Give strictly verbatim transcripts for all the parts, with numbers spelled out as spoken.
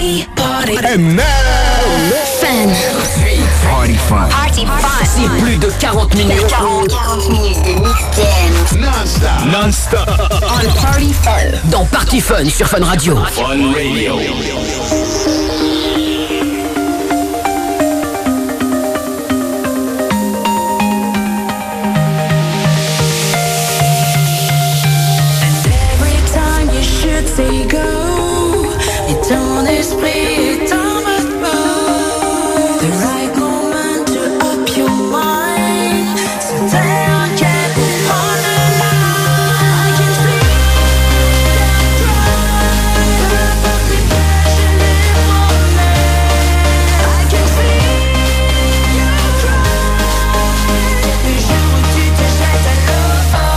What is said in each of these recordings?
We party. And now, Fun. Party fun. Party fun. C'est plus de quarante minutes. quarante minutes de mix dance. non-stop. Non-stop. On Party Fun. Dans Party Fun sur Fun Radio. Fun Radio. Say go, et ton esprit est en mode mode. The right moment to up your mind. So t'inquiète on the line. I can feel that drive. The public passion est for me. I can feel your drive. Le jour où tu te jettes à l'eau.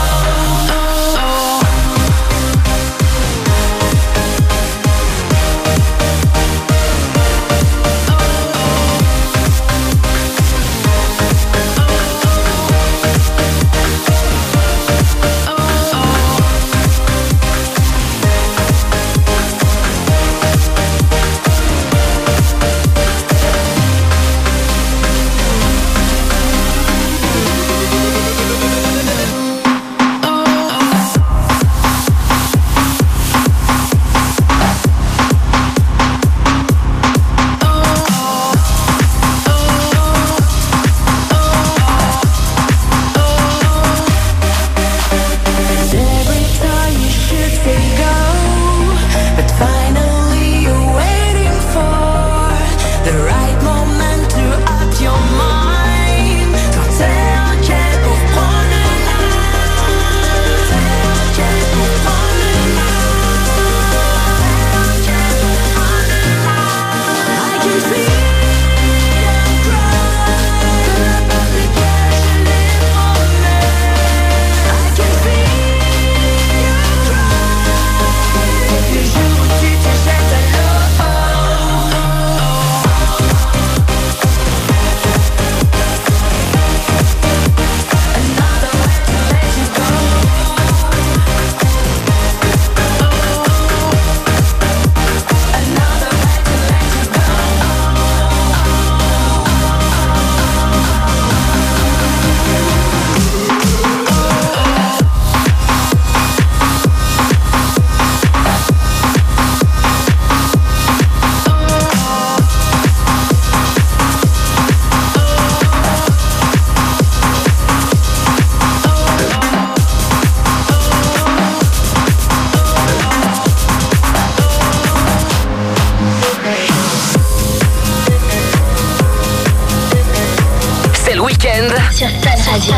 Sur Fun Radio.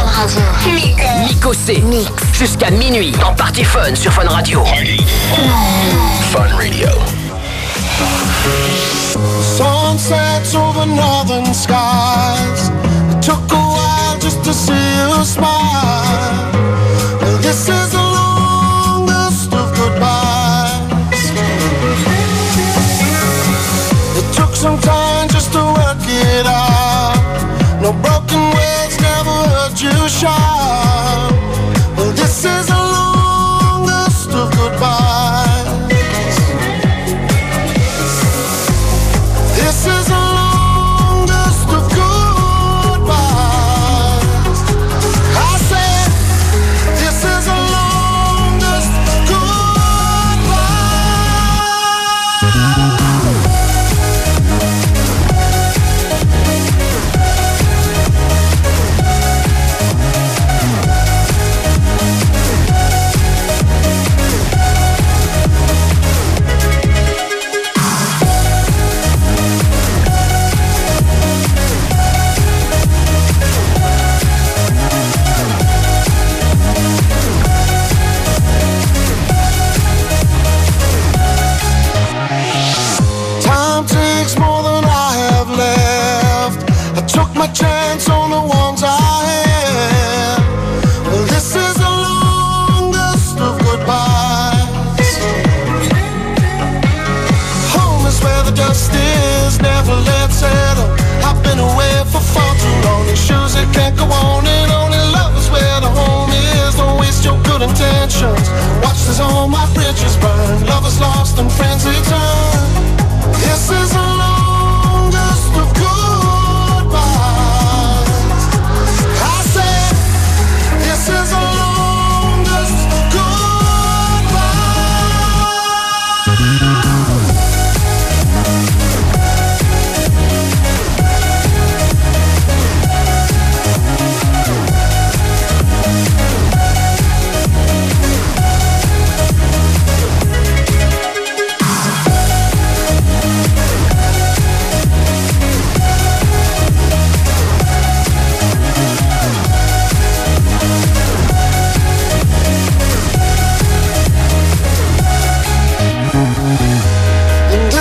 Miko C. Jusqu'à minuit dans Party Fun sur Fun Radio. Fun Radio. Sunsets over northern skies. It took a while just to see you smile. Well, this is the longest of goodbyes. It took some time just to work it out. No broken words, never heard you shout. Well, this is the longest of goodbyes. This is the longest of goodbyes. I said, this is the longest goodbye. My chance on the ones I had. Well, this is the longest of goodbyes. Home is where the dust is, never let settle. I've been away for far too long. These shoes that can't go on and on. And love is where the home is. Don't waste your good intentions. Watch as all my bridges burn. Love is lost and friends return. This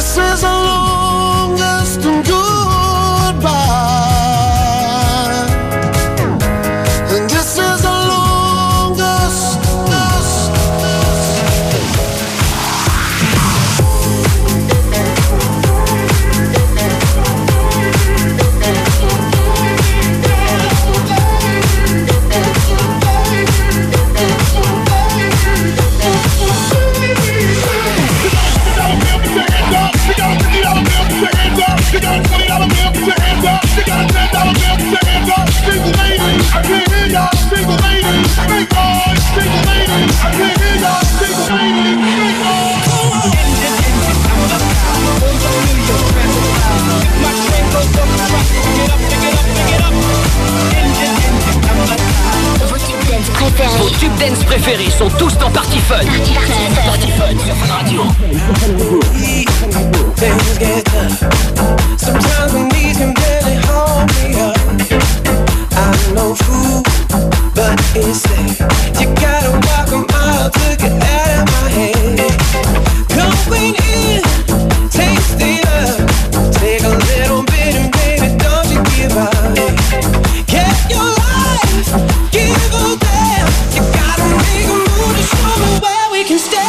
this is the longest and goodbye. And this is the longest, longest, She got a twenty dollar bill, put your hands up. She got a ten dollar bill, put your hands up. Single ladies, I can't hear y'all. Single ladies, big boys. Single ladies, I can't hear y'all. Single ladies, big boys. Engine, engine, I'm the style. Hold up, New York, transfer. If my train goes up the track, pick it up, pick it up, pick it up. Engine, engine, I'm the style. Vos tubes dance préférés. Vos tubes dance préférés sont tous dans Party Fun. Party Fun. Party Fun sur Fun Radio. Things get tough. Sometimes my knees can barely hold me up. I'm no fool, but it's safe. You gotta walk a mile to get out of my head. Going in, taste it up. Take a little bit and baby, don't you give up. Get your life, give a damn. You gotta make a move to show me where we can stand.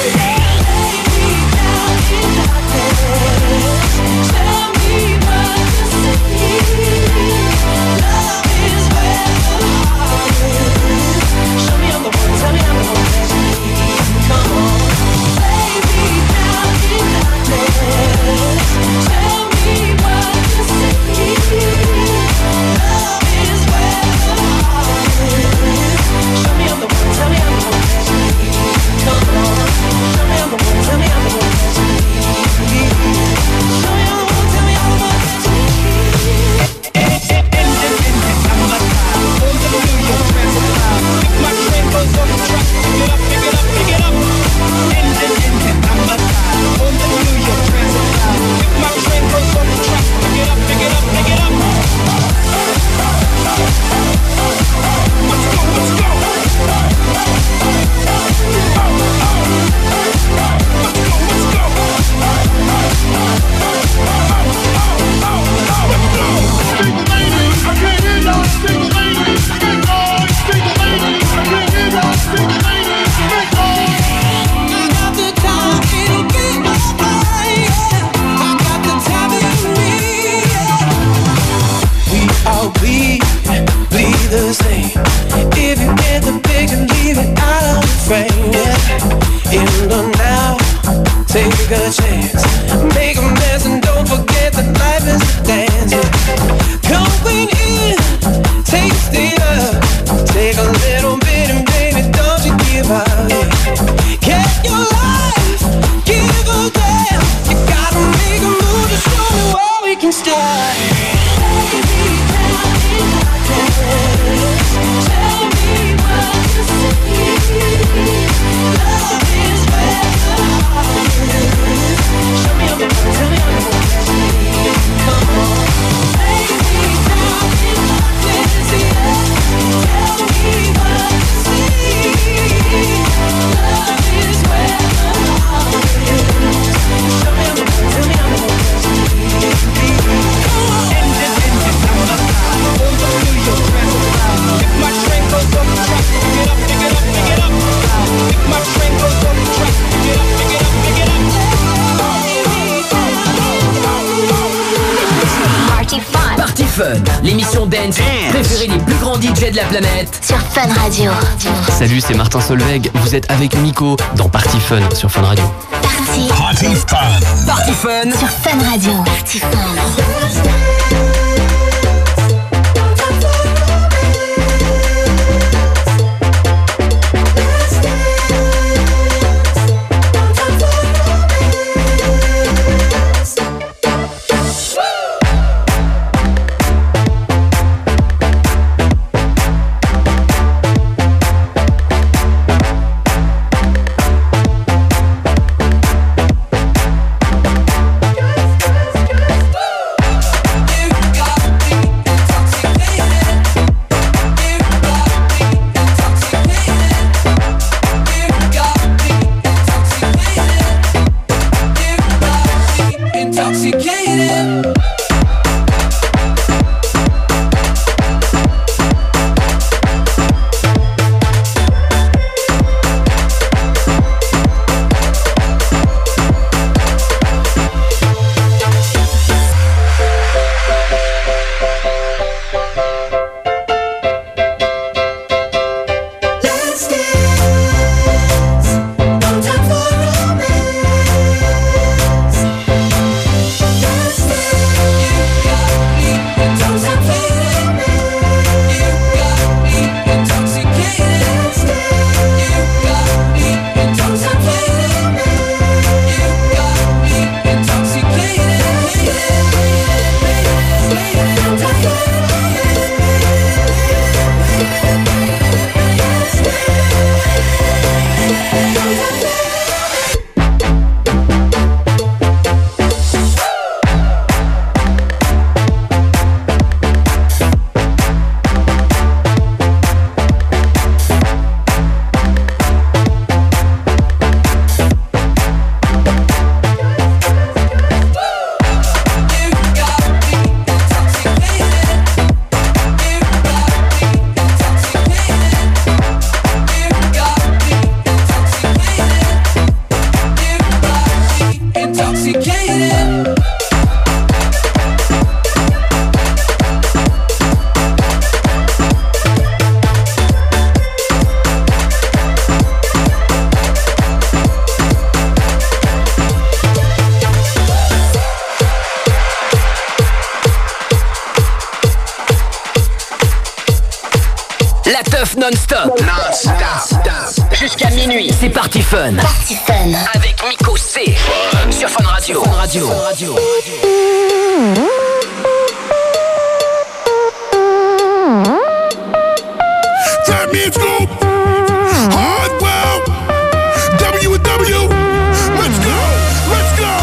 Tell me what to see. Love is where the heart is. Show me I'm the one, tell me I'm the one. Come on, baby, down in darkness. Tell me what to see. Love is where the heart is. Show me I'm the one, tell me I'm the one. Come on, show me I'm the one, tell me I'm the one. Take a chance, make a mess, and don't forget that life is a dance. Going in, taste it up. Take a little bit and baby, don't you give up. Get your life, give a damn. You gotta make a move to show me where we can start. Baby, down in darkness. Tell me what to see. Love is where the heart is. Show me I'm the one, tell me I'm the one. Come on, baby, down in darkness, yeah. Tell me what to see. Love is where the heart is. Show me I'm the one, tell me I'm the one. Come on, engine, engine, I'm the style. Hold up, New York, transfer. If my train goes off the track, pick it up, pick it up, pick it up. If my train goes off the track, pick it up, pick it up, pick it up. Party Fun. Party Fun, l'émission dance, dance préférée des plus grands D J de la planète sur Fun Radio. Salut, c'est Martin Solveig. Vous êtes avec Nico dans Party Fun sur Fun Radio. Party, Party Fun. Party Fun sur Fun Radio. Party Fun. complicated. La teuf non-stop. Non-stop. Jusqu'à minuit. C'est Party Fun. Party Fun. Avec Miko C. Sur Fun Radio. Fun Radio. Fun Radio. That means go. Hardwell. W W. Let's go. Let's go.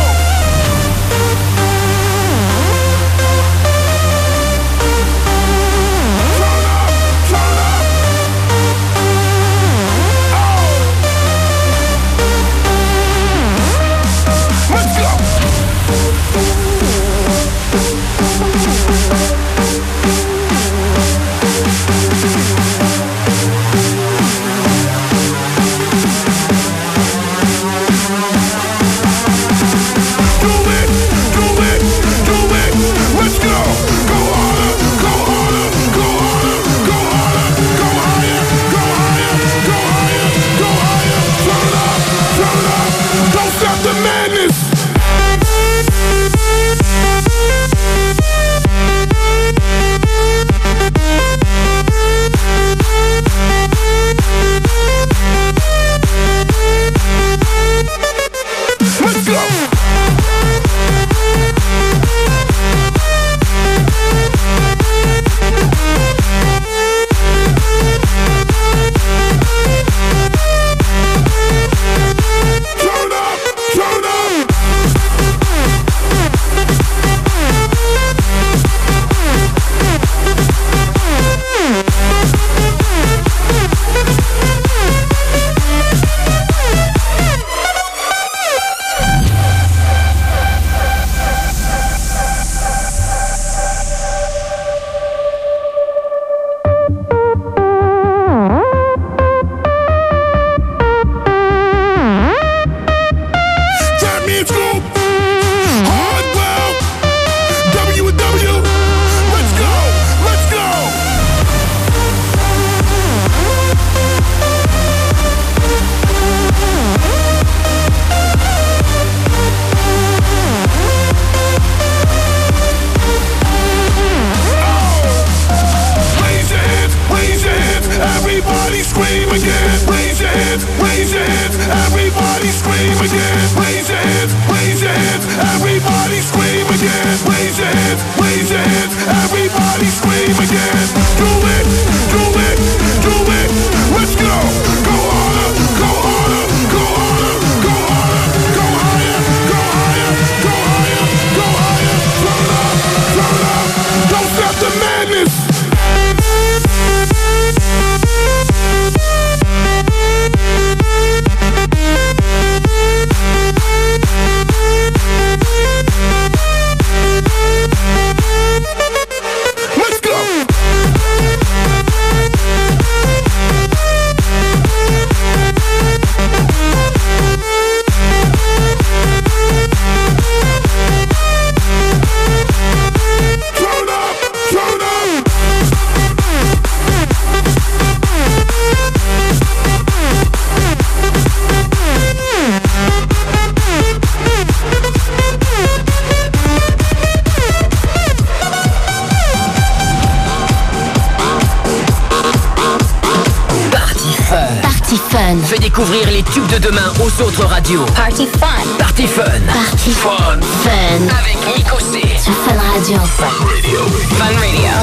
Fais découvrir les tubes de demain aux autres radios. Party Fun. Party Fun. Party Fun. Fun. Avec Miko C. Sur Fun Radio. Fun Radio. Fun Radio.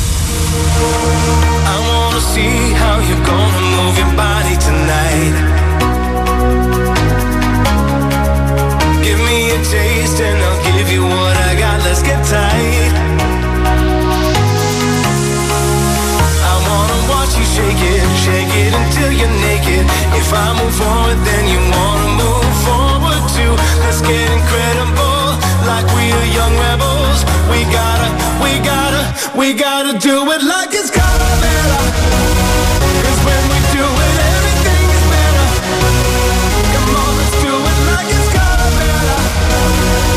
I wanna see how you're gonna move your body tonight. Give me a taste and I'll give you what I got. Let's get tight. I wanna watch you shake it, shake it until you're naked. If I move forward, then you wanna move forward too. Let's get incredible, like we are young rebels. We gotta, we gotta, we gotta do it like it's Calavera. 'Cause when we do it, everything is better. Come on, let's do it like it's Calavera.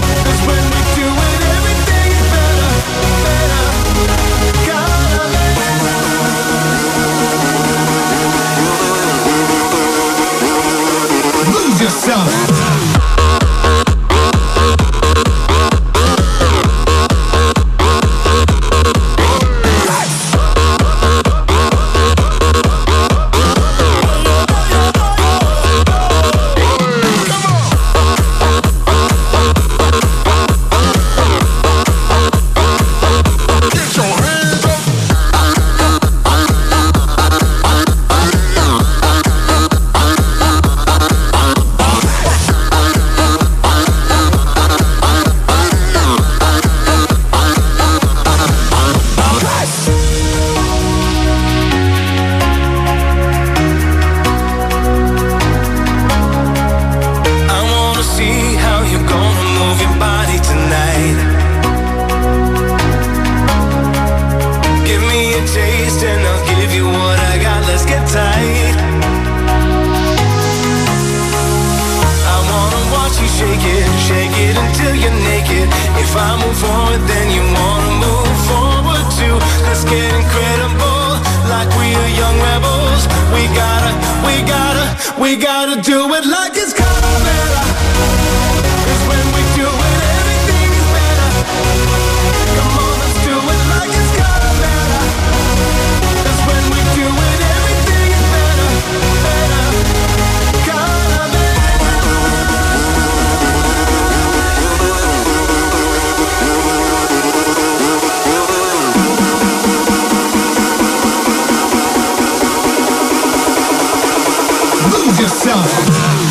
naked. If I move forward, then you wanna move forward too. Let's get incredible, like we are young rebels. We gotta, we gotta, we gotta do it like it's Calavera. 'Cause when we do it, everything is better. Come on, let's do it like it's Calavera. 'Cause when we do it, everything is better, better. Lose yourself.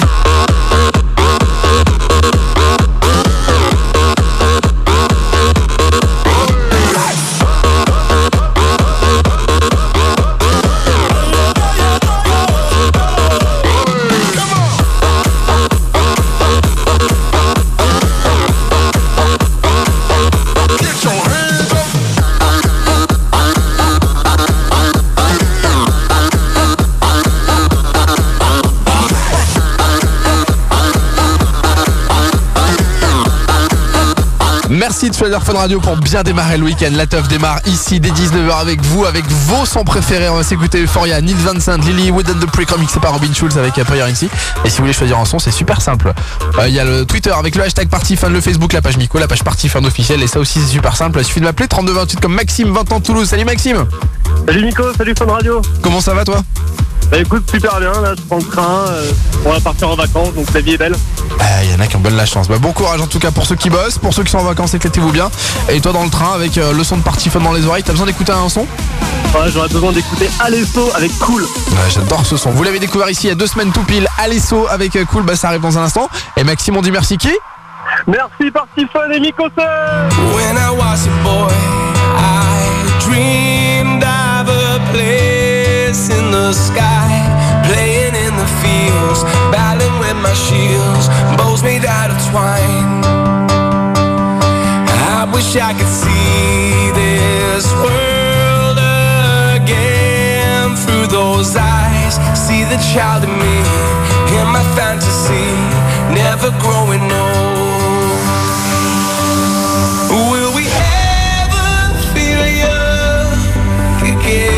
Merci de choisir Fun Radio pour bien démarrer le week-end. La teuf démarre ici dès dix-neuf heures avec vous, avec vos sons préférés. On va s'écouter Euphoria, Neil Vincent, Lily Wood and the Prick, remixé par Robin Schulz avec Prayer ici. Et si vous voulez choisir un son, c'est super simple. Il euh, y a le Twitter avec le hashtag PartyFun, le Facebook, la page Miko, la page PartyFun officielle. Et ça aussi, c'est super simple. Il suffit de m'appeler trente-deux vingt-huit comme Maxime, vingt ans, Toulouse. Salut Maxime. Salut Miko, salut Fun Radio. Comment ça va toi? Bah écoute, super bien, là je prends le train, euh, on va partir en vacances, donc la vie est belle. Il y en a qui ont bonne la chance. Bah, bon courage en tout cas pour ceux qui bossent, pour ceux qui sont en vacances, éclatez-vous bien. Et toi dans le train avec euh, le son de PartyFun dans les oreilles, t'as besoin d'écouter un son? Ouais, j'aurais besoin d'écouter Alesso avec Cool. Ouais, j'adore ce son. Vous l'avez découvert ici il y a deux semaines tout pile. Alesso avec euh, Cool, bah ça arrive dans un instant. Et Maxime, on dit merci qui? Merci PartyFun et Miko. When I was a boy, I dreamed of a place in the sky, playing in the fields, battling with my shields, bows made out of twine. I wish I could see this world again through those eyes, see the child in me, in my fantasy, never growing old. Will we ever feel young again?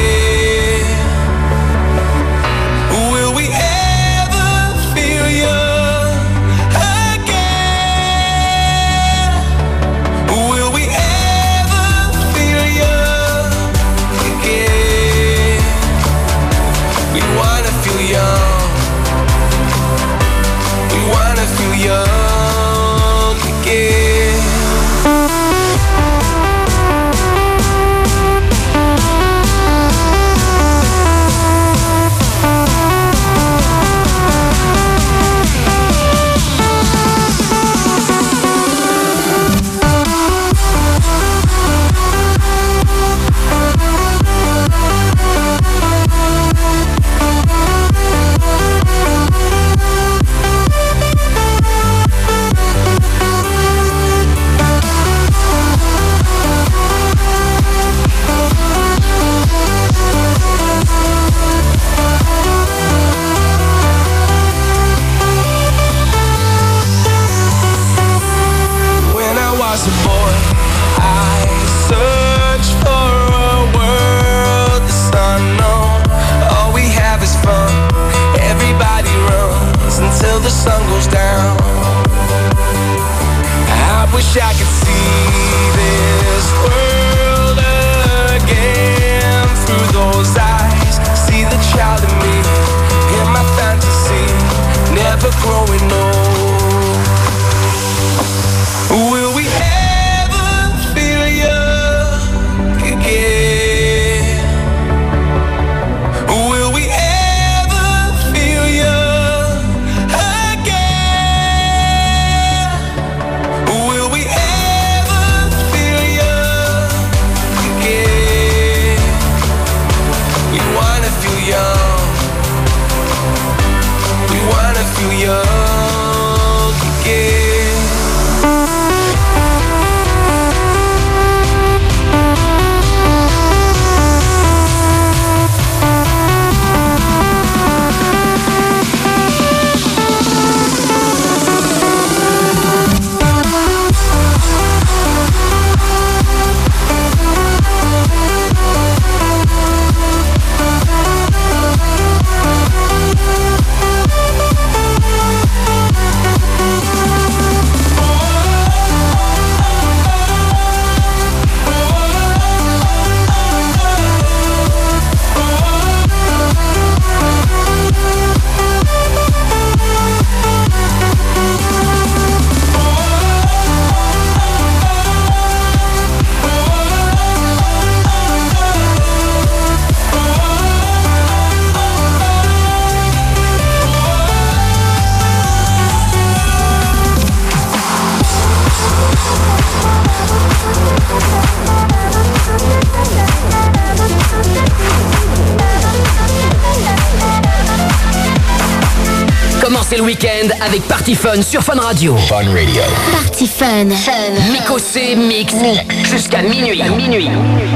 Young again. As a boy, I searched for a world that's unknown. All we have is fun. Everybody runs until the sun goes down. I wish I could see this world again through those eyes. See the child in me, in my fantasy, never growing old. Will we ever feel young again? Will we ever feel young again? Will we ever feel young again? We wanna feel young. We wanna feel young. commencer le week-end avec Party Fun sur Fun Radio. Fun Radio. Party Fun. Fun. Nico C mix jusqu'à minuit. À minuit.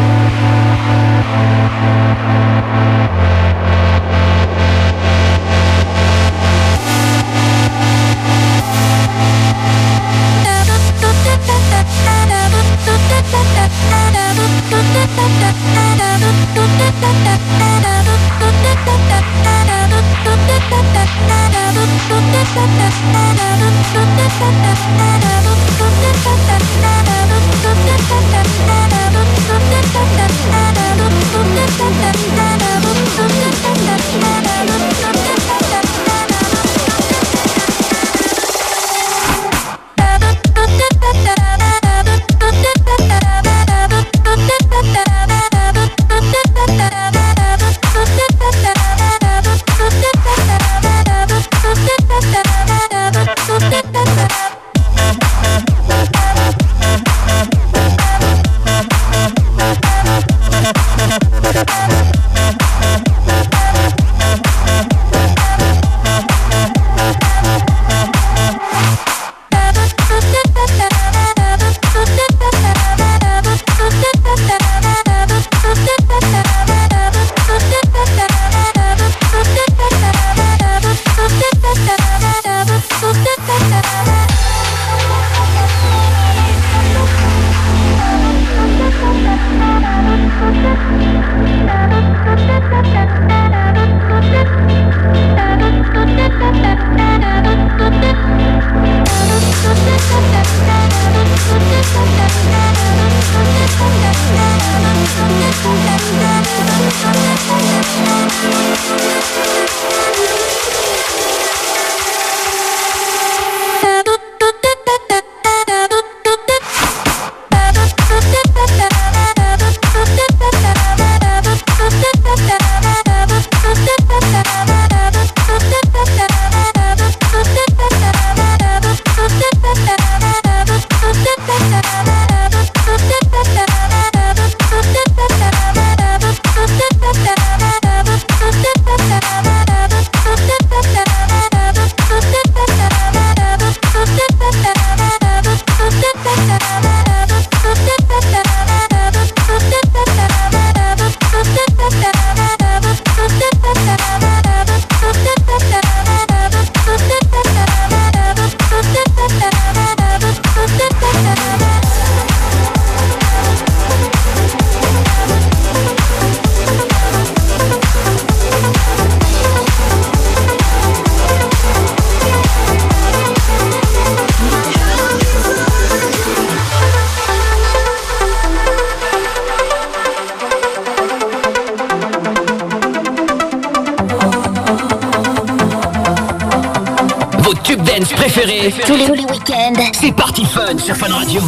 Préféré tous les, tous les week-ends. C'est Party Fun sur Fun Radio.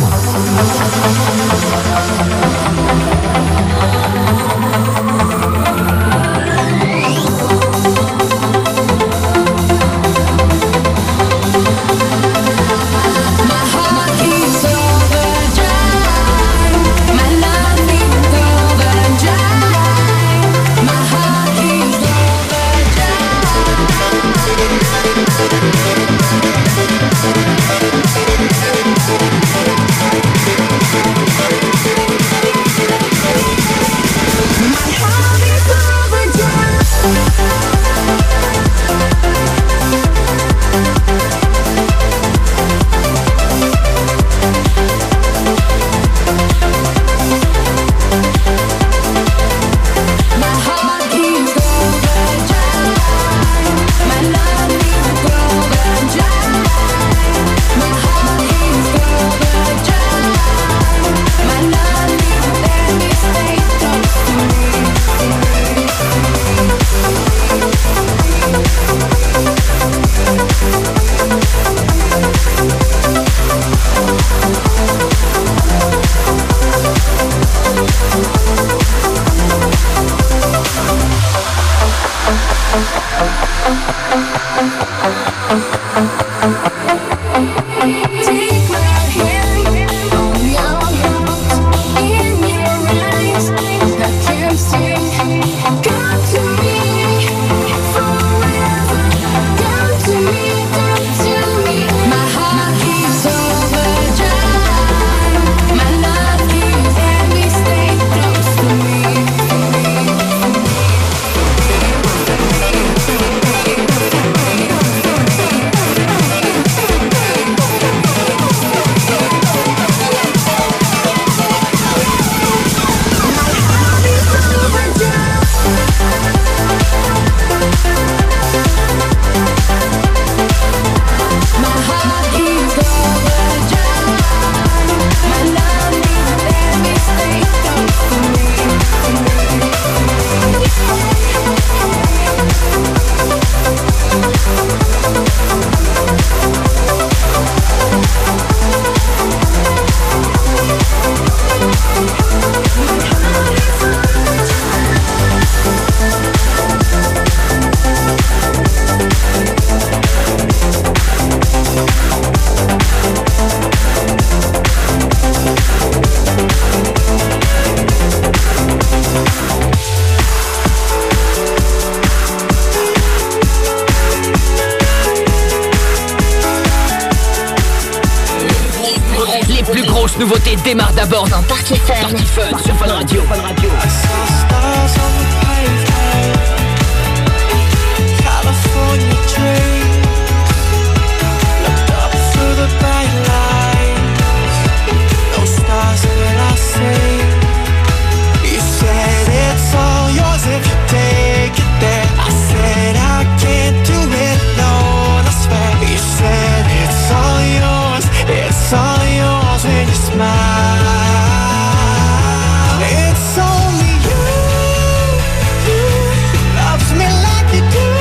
nouveautés démarrent d'abord dans Party Fun. Party Fun sur Fun Radio. Fun Radio. California dreams, looked up through the bright lights. No stars will I see. You said it's all yours if you take it there. I said I can't do it alone, I swear. You said it's all yours, it's all yours when you smile. It's only you, you loves me like you do.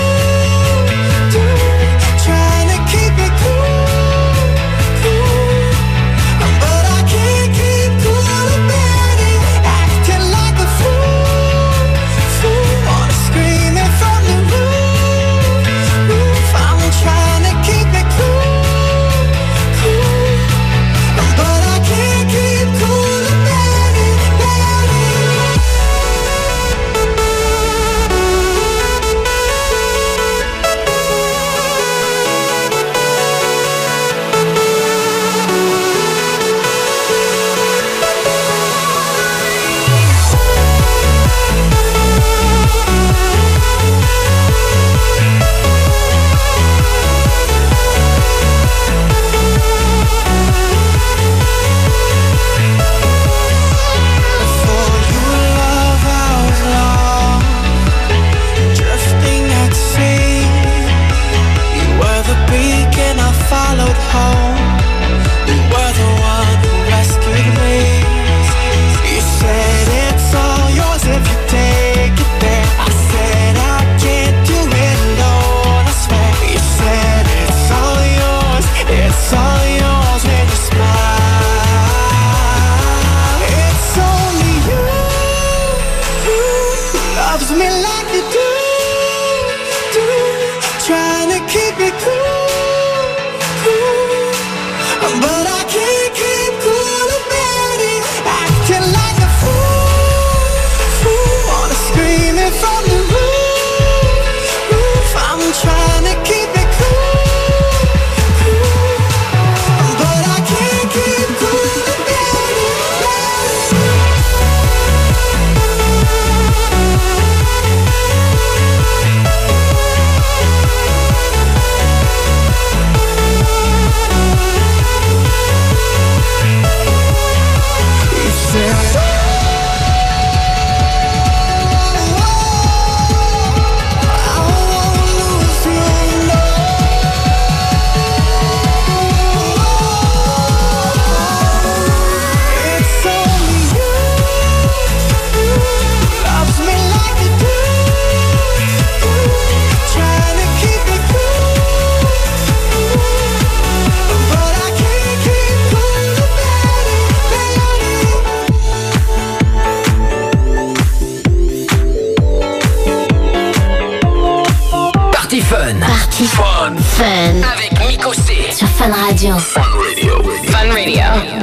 Fun. Fun. Avec Miko C. Sur Fun Radio. Fun Radio. Fun Radio.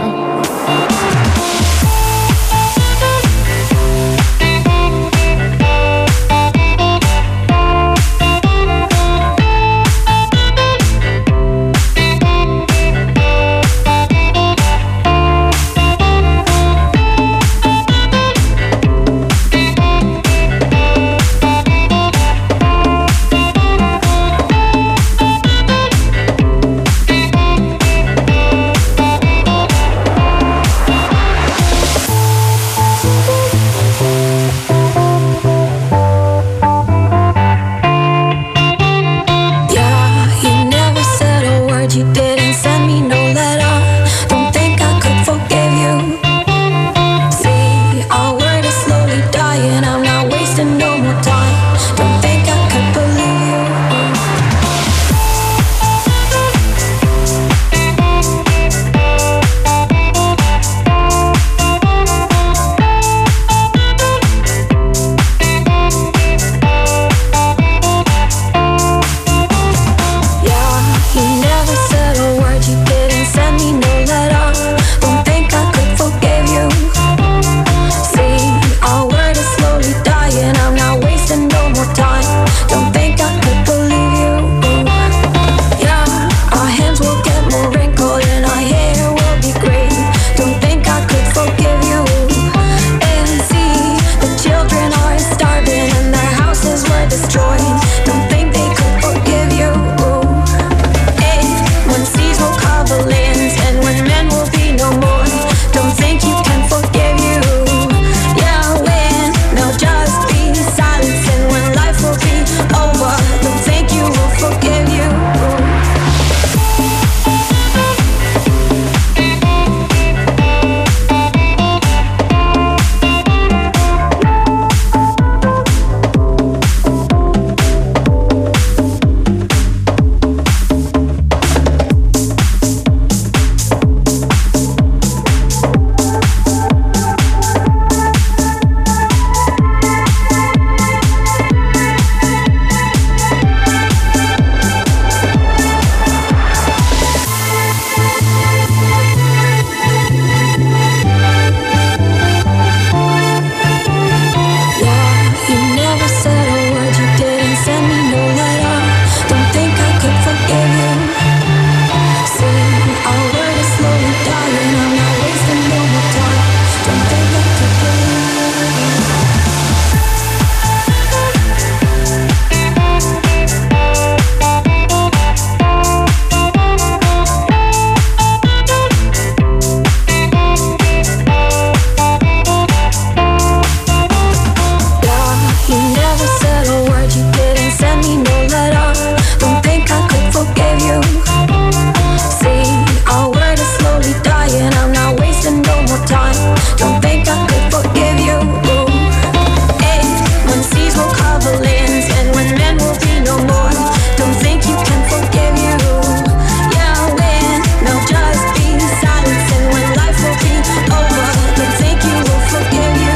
time. Don't think I could forgive you. If when seas will cover lands and when men will be no more, don't think you can forgive you. Yeah, when there'll just be silence and when life will be over, don't think you will forgive you.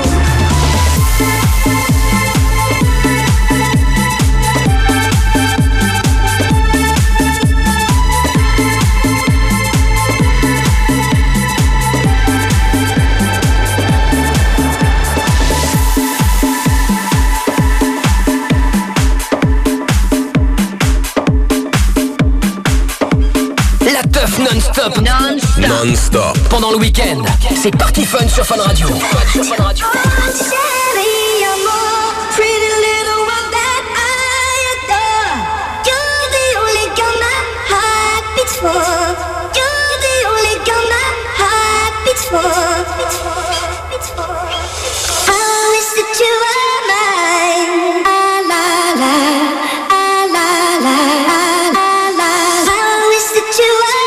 Non-stop. Non-stop. Non-stop. Pendant le week-end, c'est Party Fun sur Fun Radio. Sur Fun Radio. Oh, chérie, amour, pretty little one that I adore. You're the only girl my heart beats for. You're the only girl my heart beats for. I wish that you were mine. Ah, la, la, ah, la, la, ah, la, la. I wish that you were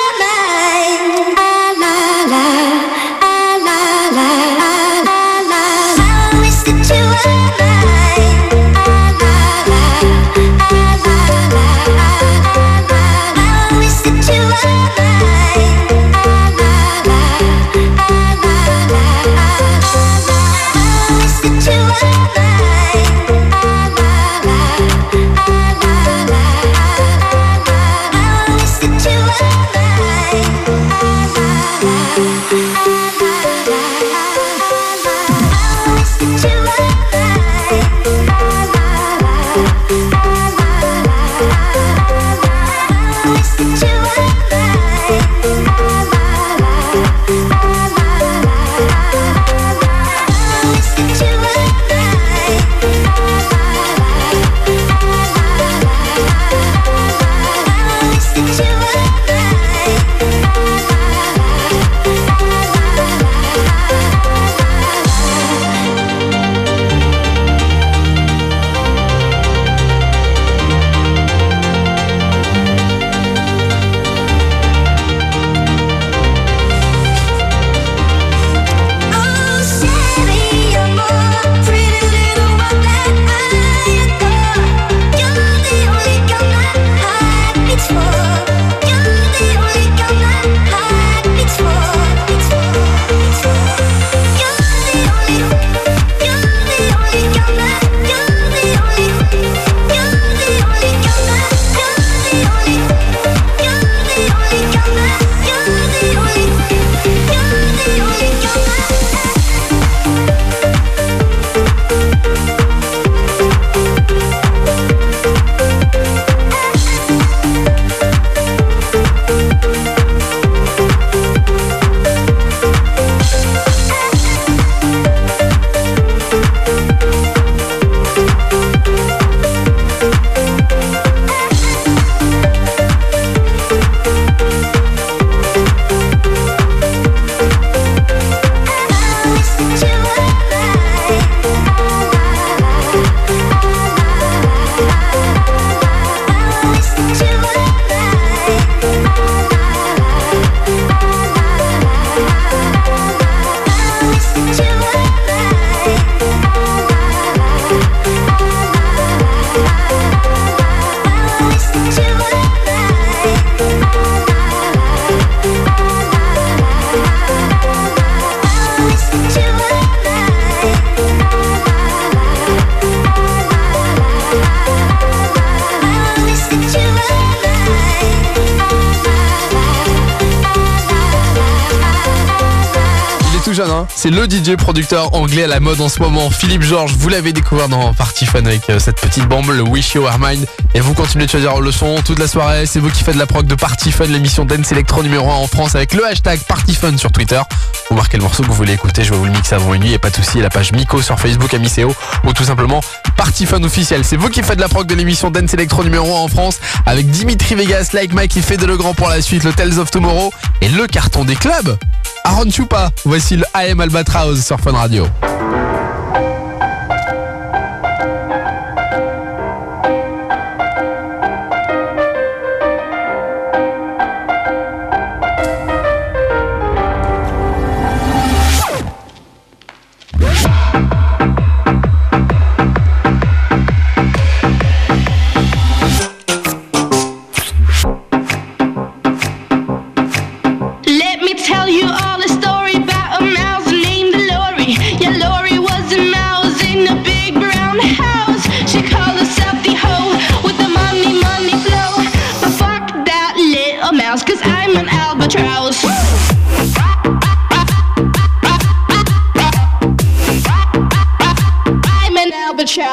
Hein. C'est le D J producteur anglais à la mode en ce moment, Philippe Georges. Vous l'avez découvert dans Party Fun avec euh, cette petite bombe, le Wish You Were Mine. Et vous continuez de choisir le son toute la soirée. C'est vous qui faites la prog de Party Fun, l'émission Dance Electro numéro un en France avec le hashtag Party Fun sur Twitter. Vous marquez le morceau que vous voulez écouter, je vais vous le mixer avant une nuit. Et pas de soucis, la page Miko sur Facebook, Amiseo, ou tout simplement Party Fun officiel. C'est vous qui faites la prog de l'émission Dance Electro numéro un en France avec Dimitri Vegas, Like Mike qui fait de Legrand pour la suite, le Tales of Tomorrow et le carton des clubs. Aaron Chupa, voici le I Am Albatross sur Fun Radio.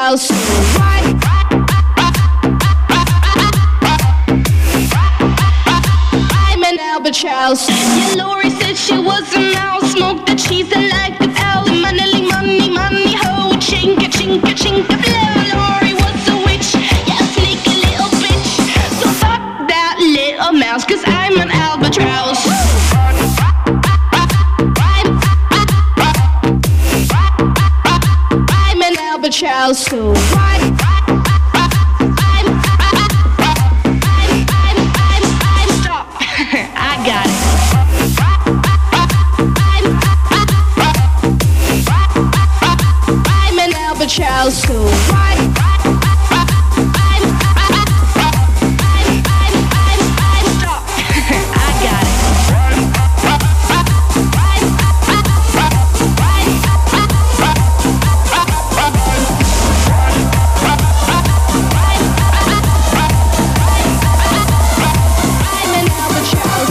child soul. I'm an albatross. Yeah, Lori said she was a mouse. Smoked the cheese and liked the owl. Money, money, money, ho. Chinka, chinka, chinka, blow. Lori was a witch. Yeah, sneaky little bitch. So fuck that little mouse, cause I'm an albatross. I'm an albatross, so why? Child school. Why? I'm, I'm, I'm, I'm, I'm, stop. I got it. I'm an albatross.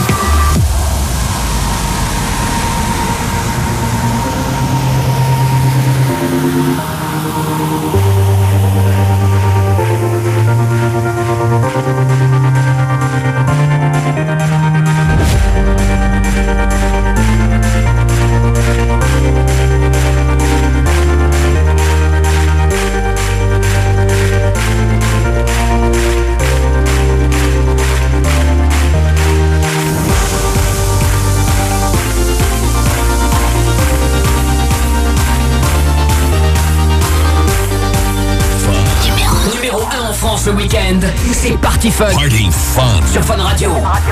Ce week-end, c'est Party Fun. Party Fun. Sur Fun Radio. Fun Radio.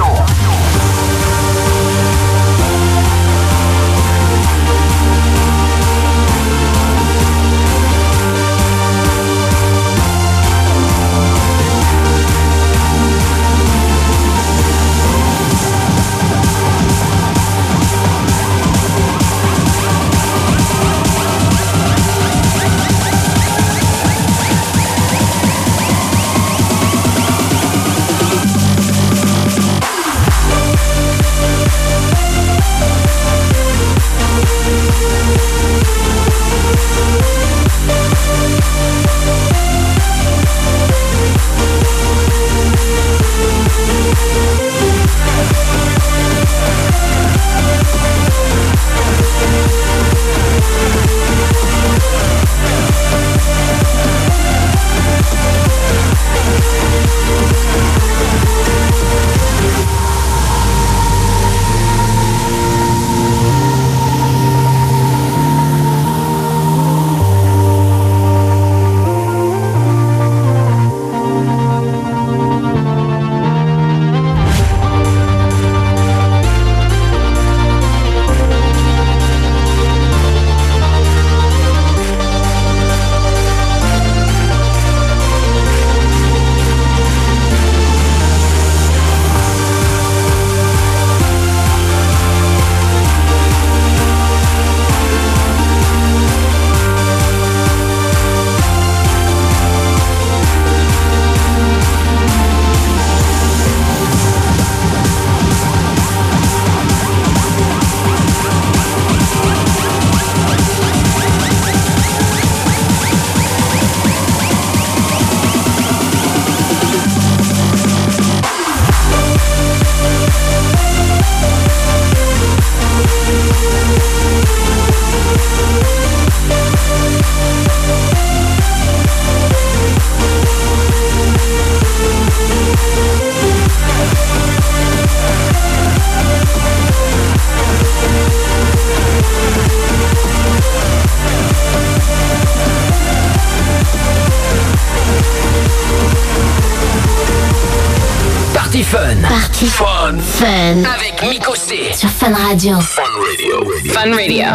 Party Fun. Party Fun. Fun. Avec Miko C. Sur Fun Radio. Fun Radio. Fun Radio.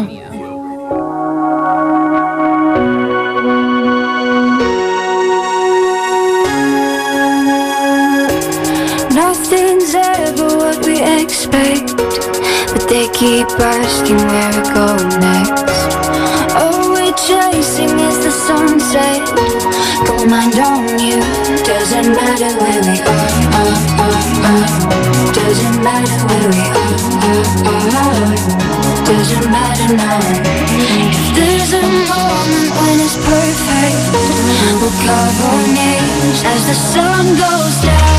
Nothing's ever what we expect, but they keep asking where we go next. All we're chasing is the sunset. Got my mind on you. Doesn't matter where we are, are, are, are. Doesn't matter where we are, are, are. doesn't matter now. If there's a moment when it's perfect, we'll carve our names as the sun goes down.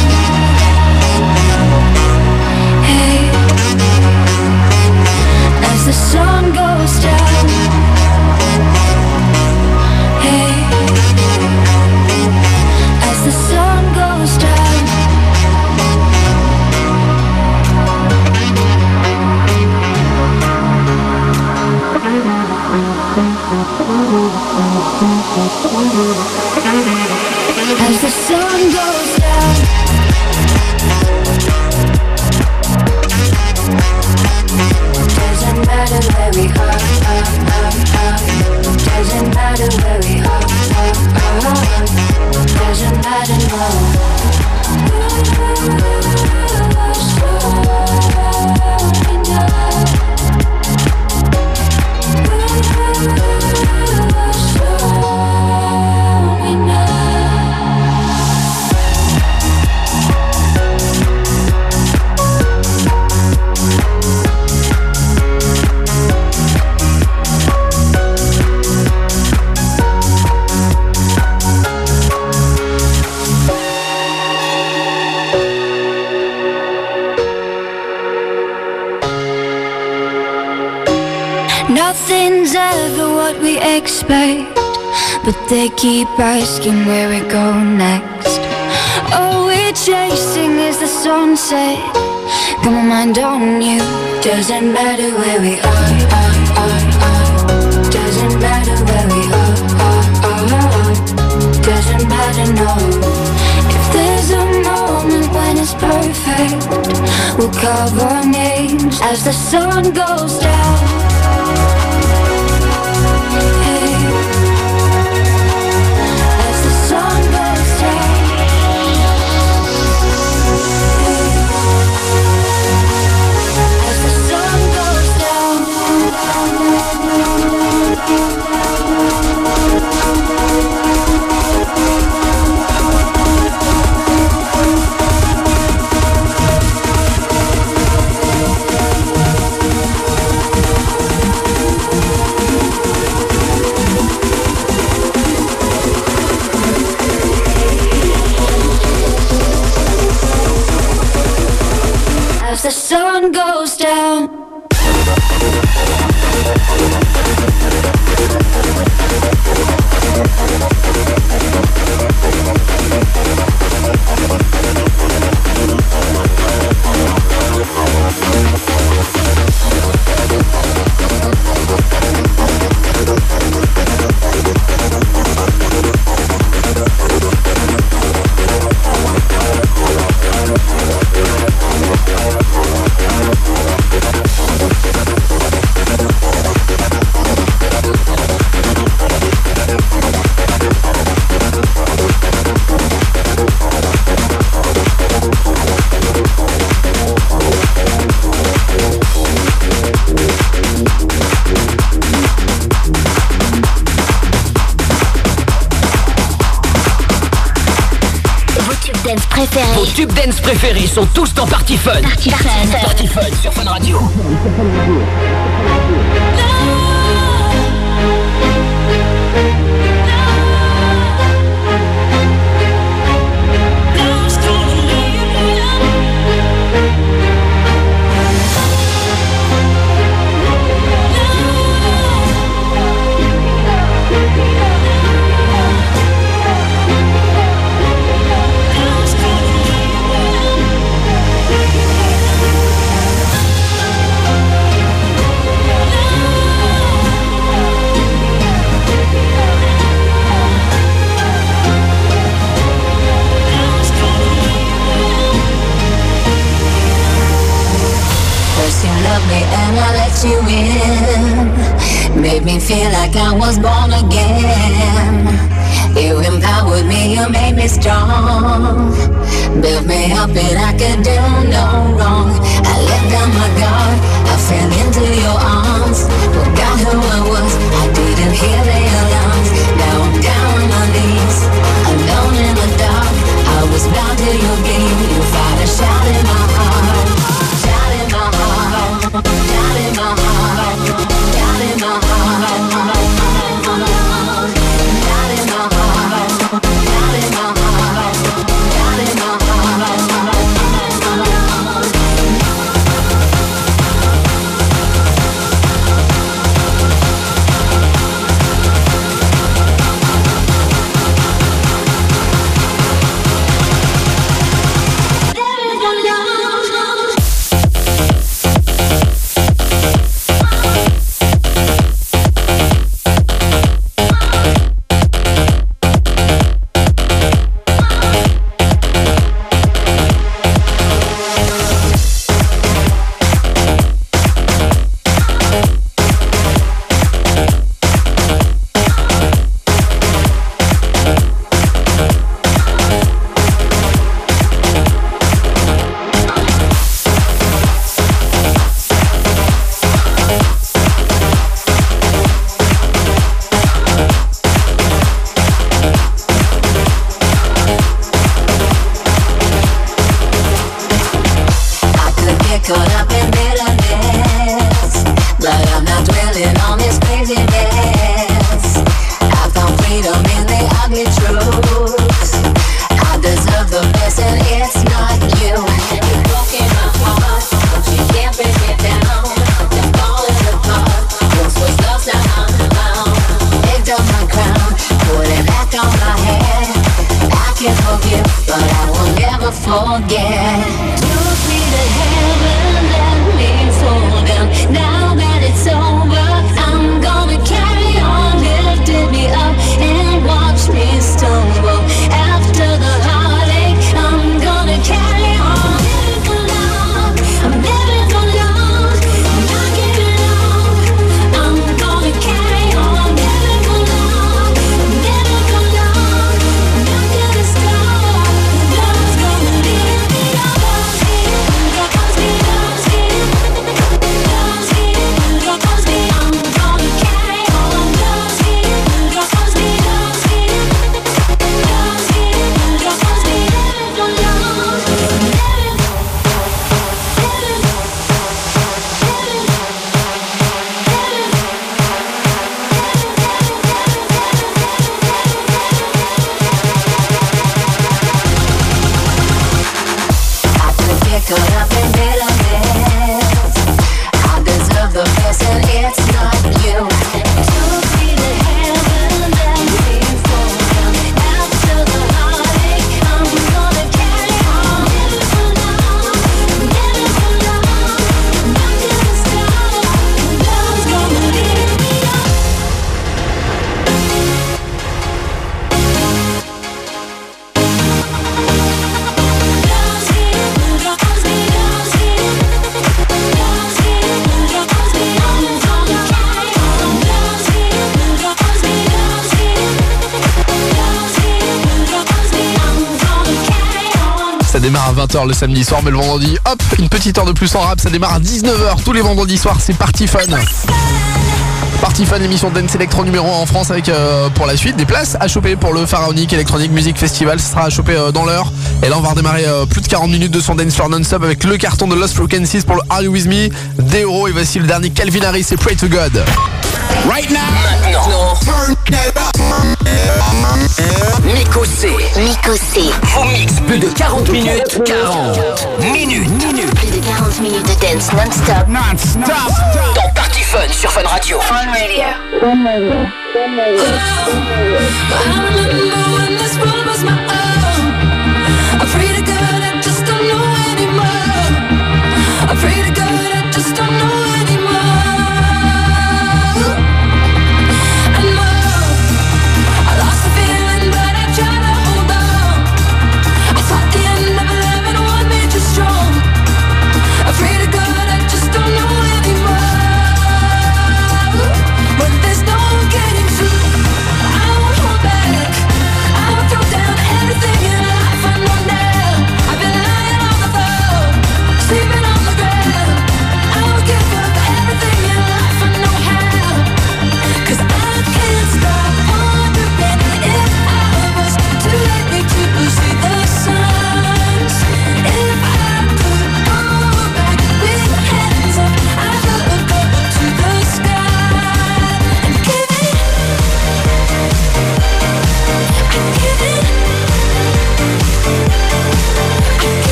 Hey, as the sun goes down. Hey, as the sun goes down. As the sun goes down. Doesn't matter where we are, are, are, are. Doesn't matter where we are, are, are. Doesn't matter no. Nothing's ever what we expect, but they keep asking where we go next. All we're chasing is the sunset. Got my mind on you. Doesn't matter where we are, are, are, are. Doesn't matter where we are, are, are, are. Doesn't matter no. If there's a moment when it's perfect, we'll carve our names as the sun goes down. As the sun goes down. Vos tubes dance préférés sont tous dans Party Fun. Party Fun. Party Fun sur Fun Radio. And I let you in. Made me feel like I was born again. You empowered me, you made me strong. Built me up and I could do no wrong. I let down my guard, I fell into your arms. Forgot who I was, I didn't hear the alarms. Now I'm down on my knees, alone in the dark. I was bound to your game, you fired a shot in my heart. Shot in my heart, shot in my heart. not dwelling on this craziness. I found freedom in the ugly truth. I deserve the best and it's not you. You've broken my heart, but you can't break it down. I'm falling apart. Once was lost, now I'm found. Picked up my crown, put it back on my head. I can forgive, but I will never forget. Took me to heaven, let me fall down. Now that it's over, I'm gonna carry on. Lifted me up and watch me stumble. After the heartache, I'm gonna carry on. Living for love, I'm living for love. I'm not giving up. I'm gonna carry on. Living for love, I'm living for love. I'm not gonna stop. Love's gonna lead me on. Love's here, love's me, love's here. Love's here, love's me. I'm gonna carry on. Love's here, love's me, love's here. Love's here, love's me. Living for love, living, living, living. I could get caught up in bitterness. I deserve the best and it's not you. Took me to heaven, let me fall down. After the heartache, I'm gonna carry on. Living for love, living for love. I'm not gonna stop. Love's gonna lead me on. Love's here, love's me, love's here. Love's here, love's me. I'm gonna carry on. Love's here, love's me, love's here. Love's here, love's me. I'm gonna carry on. Ça démarre à vingt heures le samedi soir, mais le vendredi, hop, une petite heure de plus en rap. Ça démarre à dix-neuf heures tous les vendredis soirs. C'est Party Fun. Party Fun, émission Dance Electro numéro un en France avec euh, pour la suite des places à choper pour le Pharaonic Electronic Music Festival. Ce sera à choper euh, dans l'heure. Et là on va redémarrer euh, plus de quarante minutes de son dance floor non-stop avec le carton de Lost Frequencies pour le Are You With Me, Deoro et voici le dernier Calvin Harris et Pray To God. Right now. Maintenant. Miko C. Miko C. Vous mix plus de quarante minutes. quarante minutes. Minutes. Plus de quarante minutes de dance non-stop. Non-stop. Dans Party Fun sur Fun Radio. Fun Radio. Fun Radio. Fun Radio. I remember when this world was my own. I pray to God I just don't know anymore. I pray to God I just don't know anymore. And more, I lost the feeling but I try to hold on. I thought the end of eleven one made you strong. I pray to God I just don't know anymore. But there's no getting through. I won't hold back. I won't throw down everything.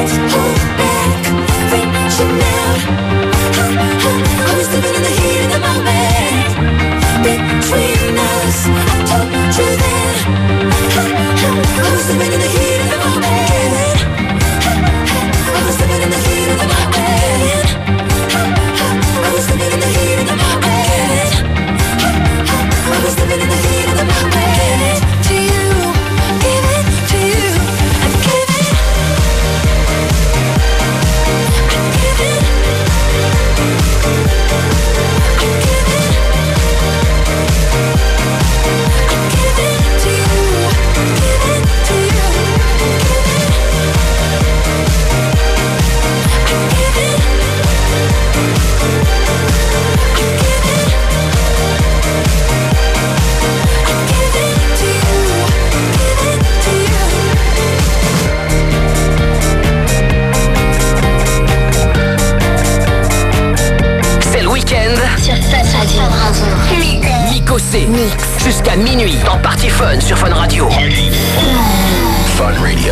Jusqu'à minuit dans Party Fun sur Fun Radio. Fun Radio.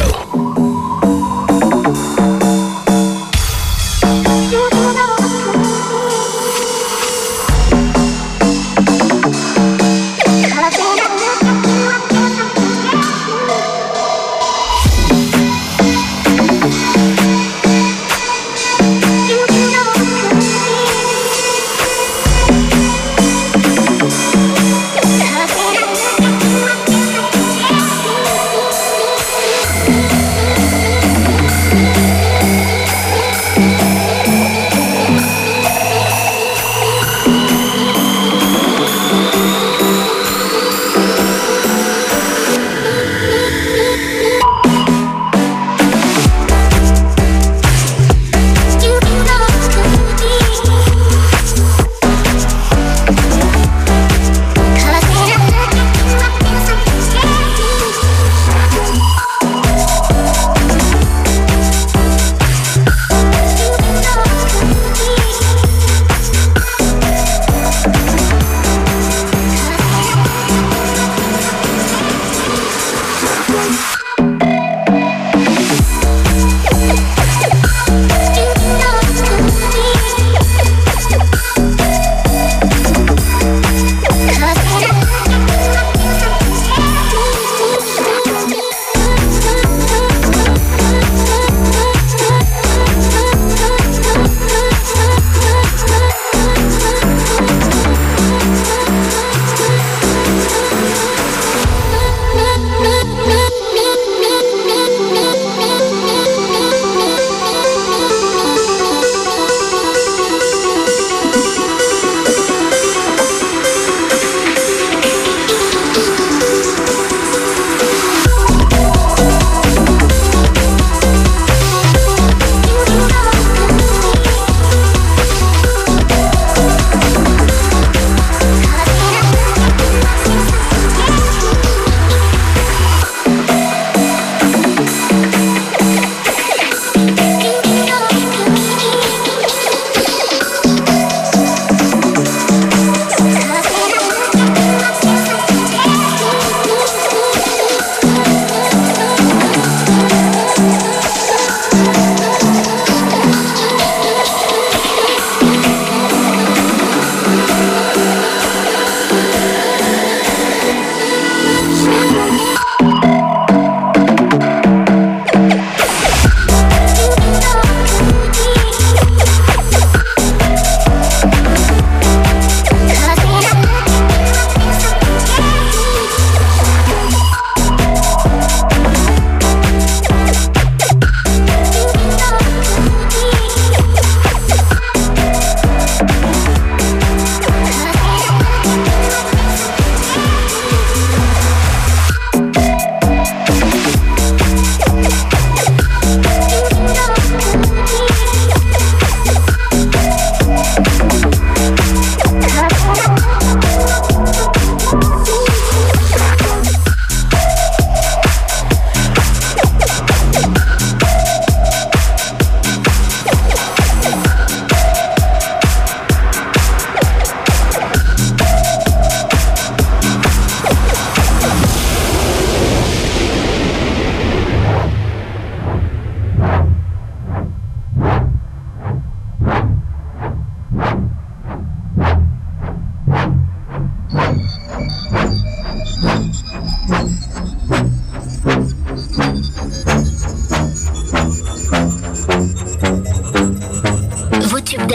Yeah.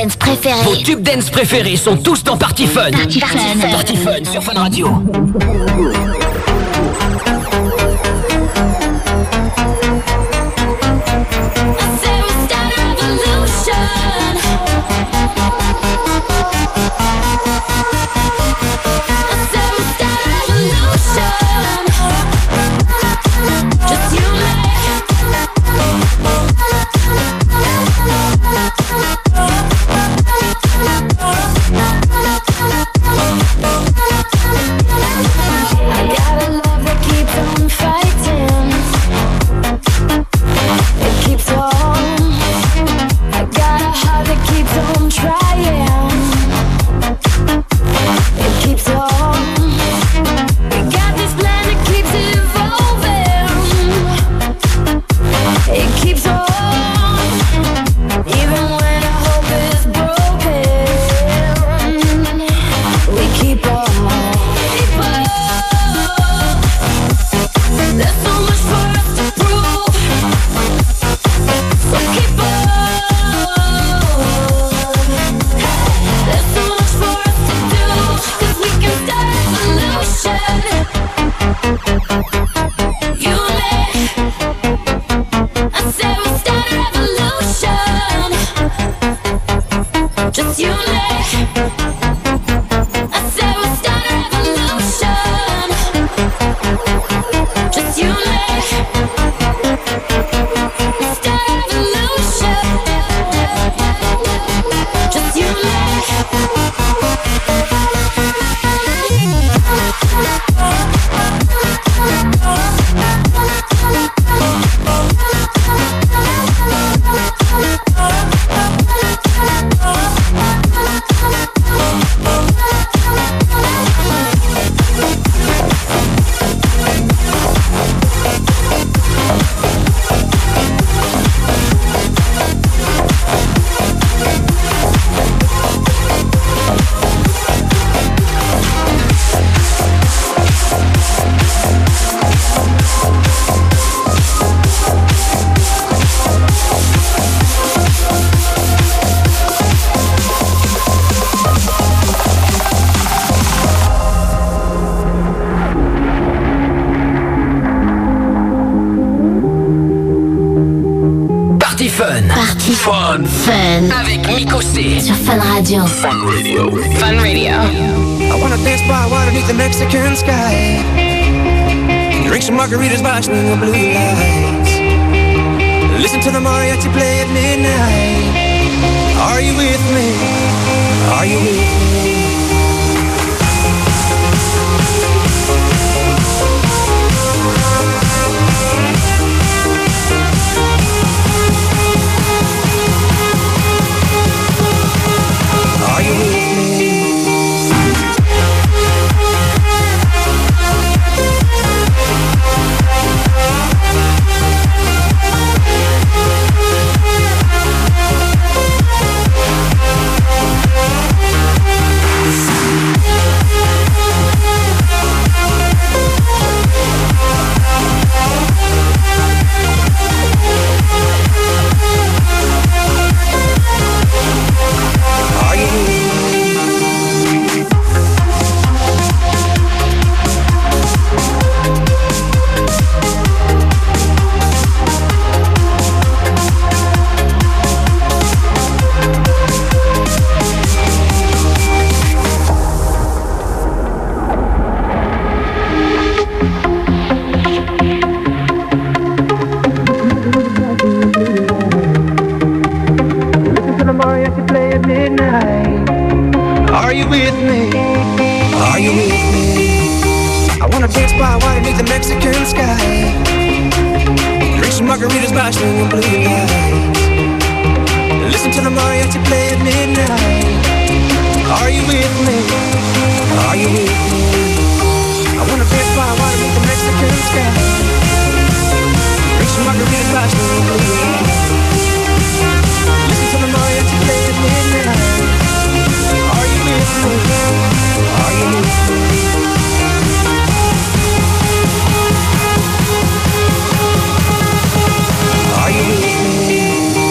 dance préférés. Vos tubes dance préférés sont tous dans Party Fun. Party Fun. Party Fun sur Fun Radio. Party Fun. Fun. Avec Miko C. Sur Fun Radio. Fun Radio. Fun Radio. I wanna dance by water beneath the Mexican sky. Drink some margaritas by swing of blue lights. Listen to the mariachi play at midnight. Are you with me? Are you with me? Are you with me? Are you with me? Are you with me? I wanna dance by water beneath the Mexican sky. Drink some margaritas by swinging blue lights. Listen to the mariachi play at midnight. Are you with me? Are you with me? I wanna dance by water beneath the Mexican sky. Drink some margaritas by swinging blue lights. Listen to the mariachi play at midnight. Are you with me? Are you with me? Are you with me?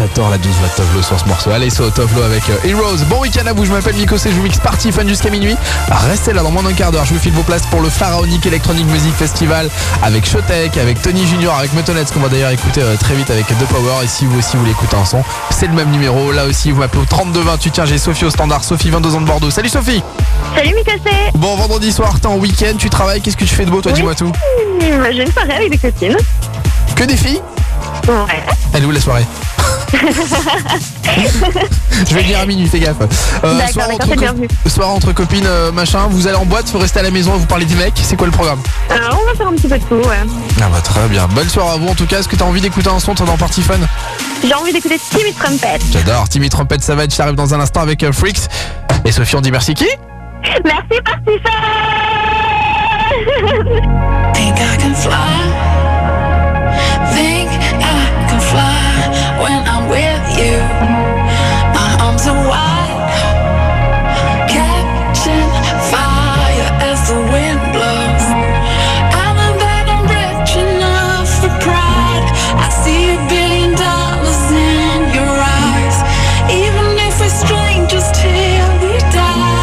j'adore la douze watts Tovlo sur ce morceau. Allez, c'est au Tovlo avec euh, Heroes. Bon week-end à vous, je m'appelle Miko, c'est je vous mix Party Fun jusqu'à minuit. Restez là dans moins d'un quart d'heure, je vous file vos places pour le Pharaonic Electronic Music Festival avec Showtek, avec Tony Junior, avec Metonets, qu'on va d'ailleurs écouter euh, très vite avec The Power. Et si vous aussi vous voulez écouter un son, c'est le même numéro. Là aussi, vous m'appelez au trente-deux vingt-huit. Tiens, j'ai Sophie au standard. Sophie, vingt-deux ans de Bordeaux. Salut Sophie. Salut Mikosé. Bon, vendredi soir, t'es en week-end, tu travailles, qu'est-ce que tu fais de beau, toi, oui. Dis-moi tout. J'ai une soirée avec des copines. Que des filles? Ouais. Elle est où la soirée? Je vais le dire à minuit, fais gaffe. Euh, D'accord, soir, d'accord, entre c'est bien vu. soir entre copines, euh, machin, vous allez en boîte, faut rester à la maison et vous parlez des mecs, c'est quoi le programme? Alors, on va faire un petit peu de tout, ouais. Ah bah très bien, bonne soirée à vous en tout cas. Est-ce que t'as envie d'écouter un son, toi, dans Party Fun? J'ai envie d'écouter Timmy Trumpet. J'adore, Timmy Trumpet Savage, ça arrive dans un instant avec euh, Freaks. Et Sophie, on dit merci qui? Merci Party Fun. Think I can fly. Think I can fly when I'm with you. My arms are wide, catching fire as the wind blows. I know that I'm rich enough for pride. I see a billion dollars in your eyes. Even if we're strangers till we die.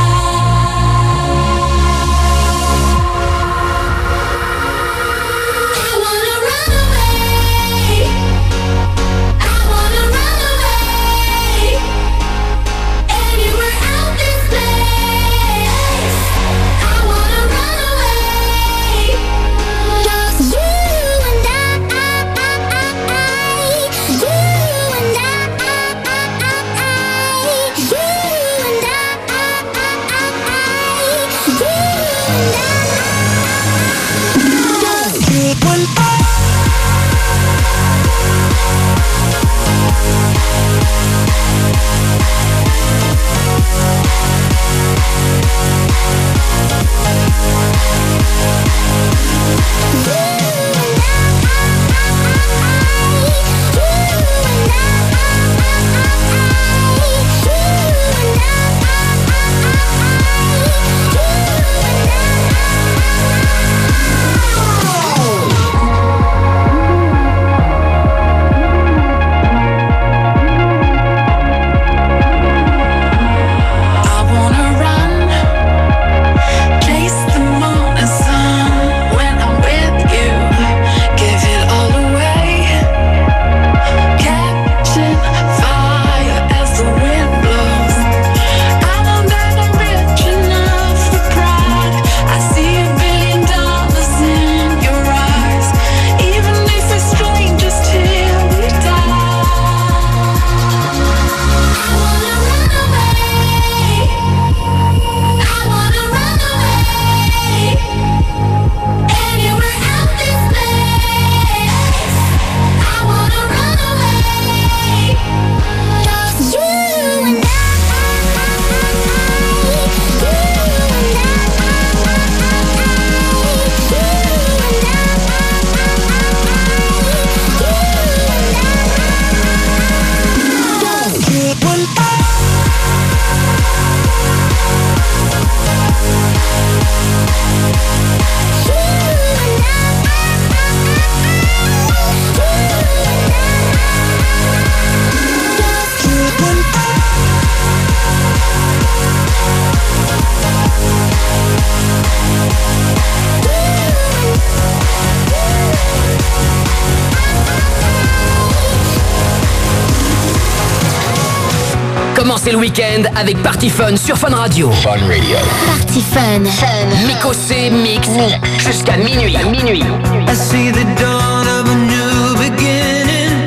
Commencez le week-end avec Party Fun sur Fun Radio. Fun Radio. Party Fun. Fun. Miko C mix jusqu'à minuit. Minuit. I see the dawn of a new beginning.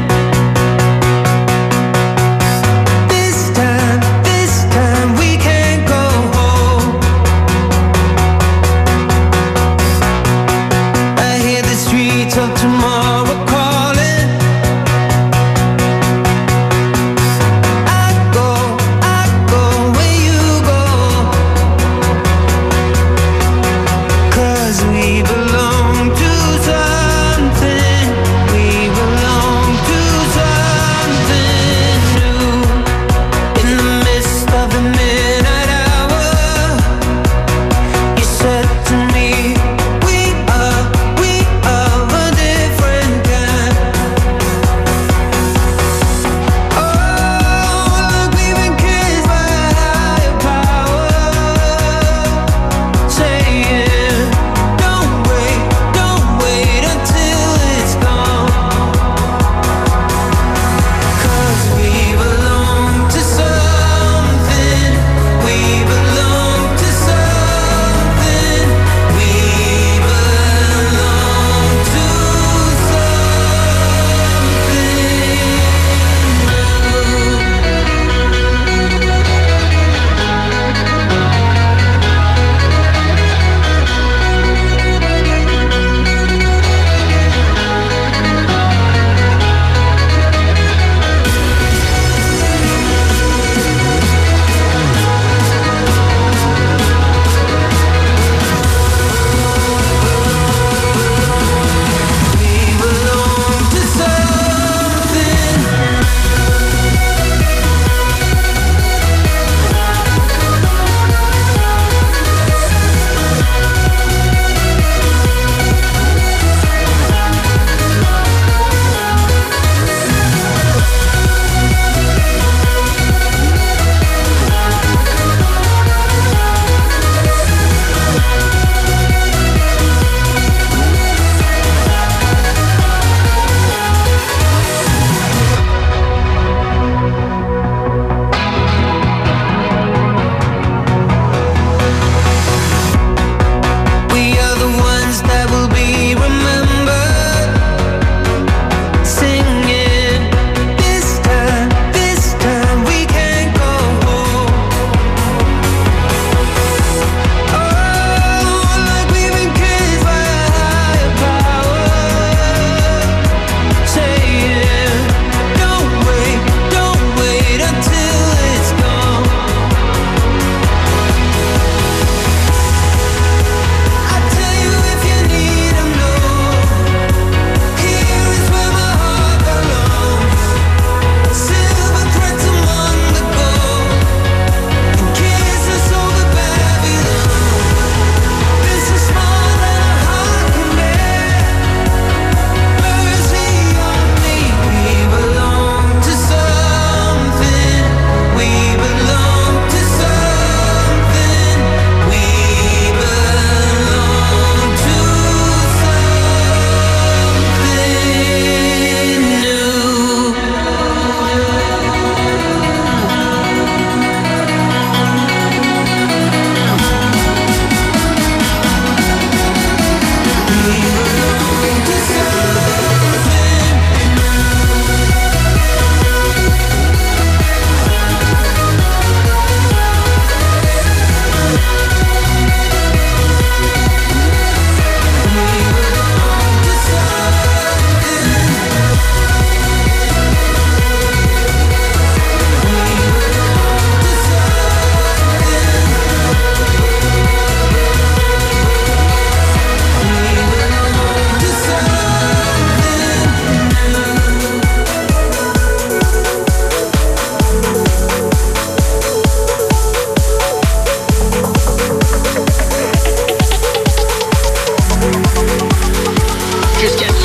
This time, this time we can't go home. I hear the streets of tomorrow calling. We belong to something.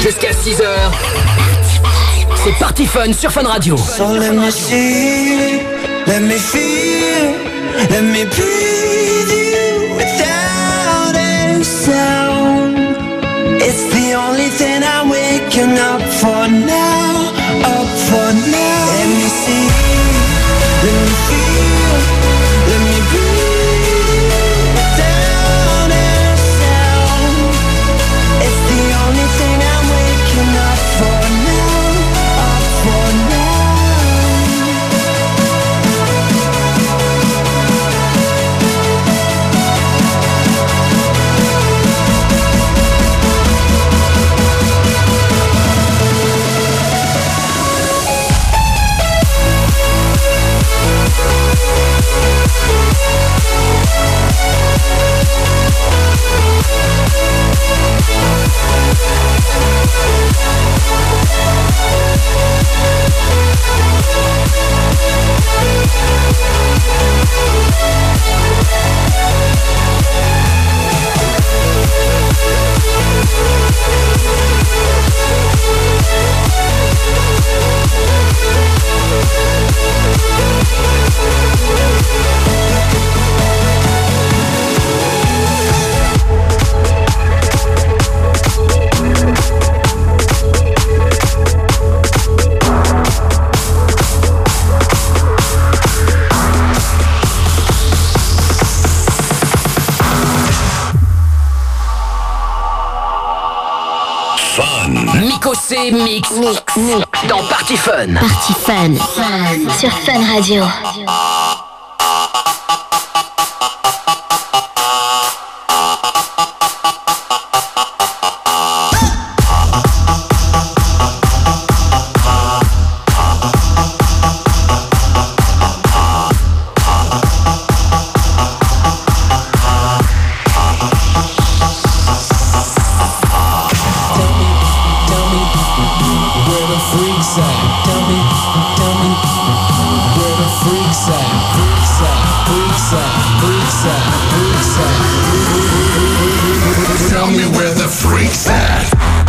Jusqu'à six heures. C'est Party Fun sur Fun Radio. So let me see, let me feel, let me breathe you without a sound. It's the only thing I'm waking up for now, up for now. Let me see, let me feel, let me breathe without a sound. It's the only thing I'm waking up for now, up for now. Miko C mix, mix, mix dans Party Fun. Party Fun, Fun sur Fun Radio. Tell me where the freaks at.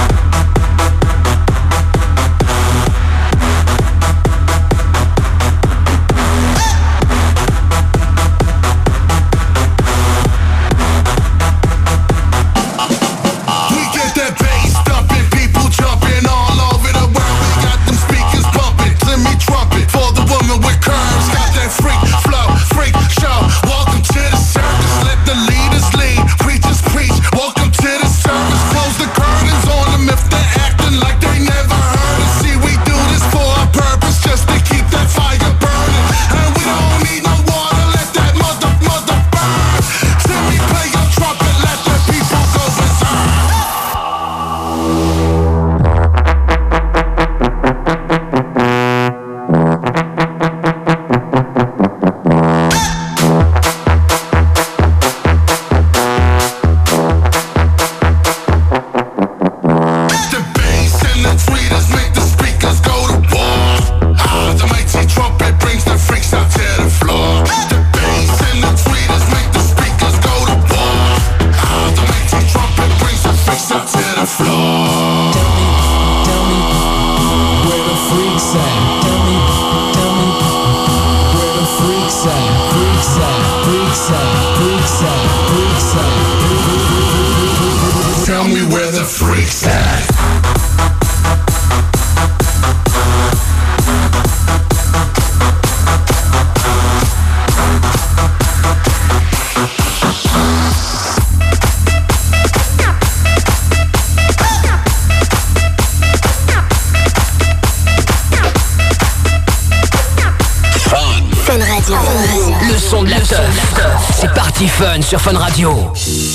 We get that bass thumping, people jumping all over the world. We got them speakers bumping, let me trumpet for the woman with curves. Got that freak flow, freak show. Welcome to the circus, let the leaders lead. Preachers preach, welcome to the service. Close the curtains on them if they're acting like they never heard us. See, we do this for a purpose, just to keep that fire burning. And we don't need no water, let that mother, mother burn. Till we play your trumpet, let the people go berserk. The bass and the tweeters make the speakers go to war. Ah, the mighty trumpet brings the freaks out to the floor. The bass and the tweeters make the speakers go to war. Ah, the mighty trumpet brings the freaks out to the floor. Tell me, tell me, where the freaks at? Tell me, tell me, where the freaks at? Freaks at, freaks at, freaks at, freaks at. Tell me where the freaks at. Fun Radio. Le son de la teuf. C'est Party Fun sur Fun Radio.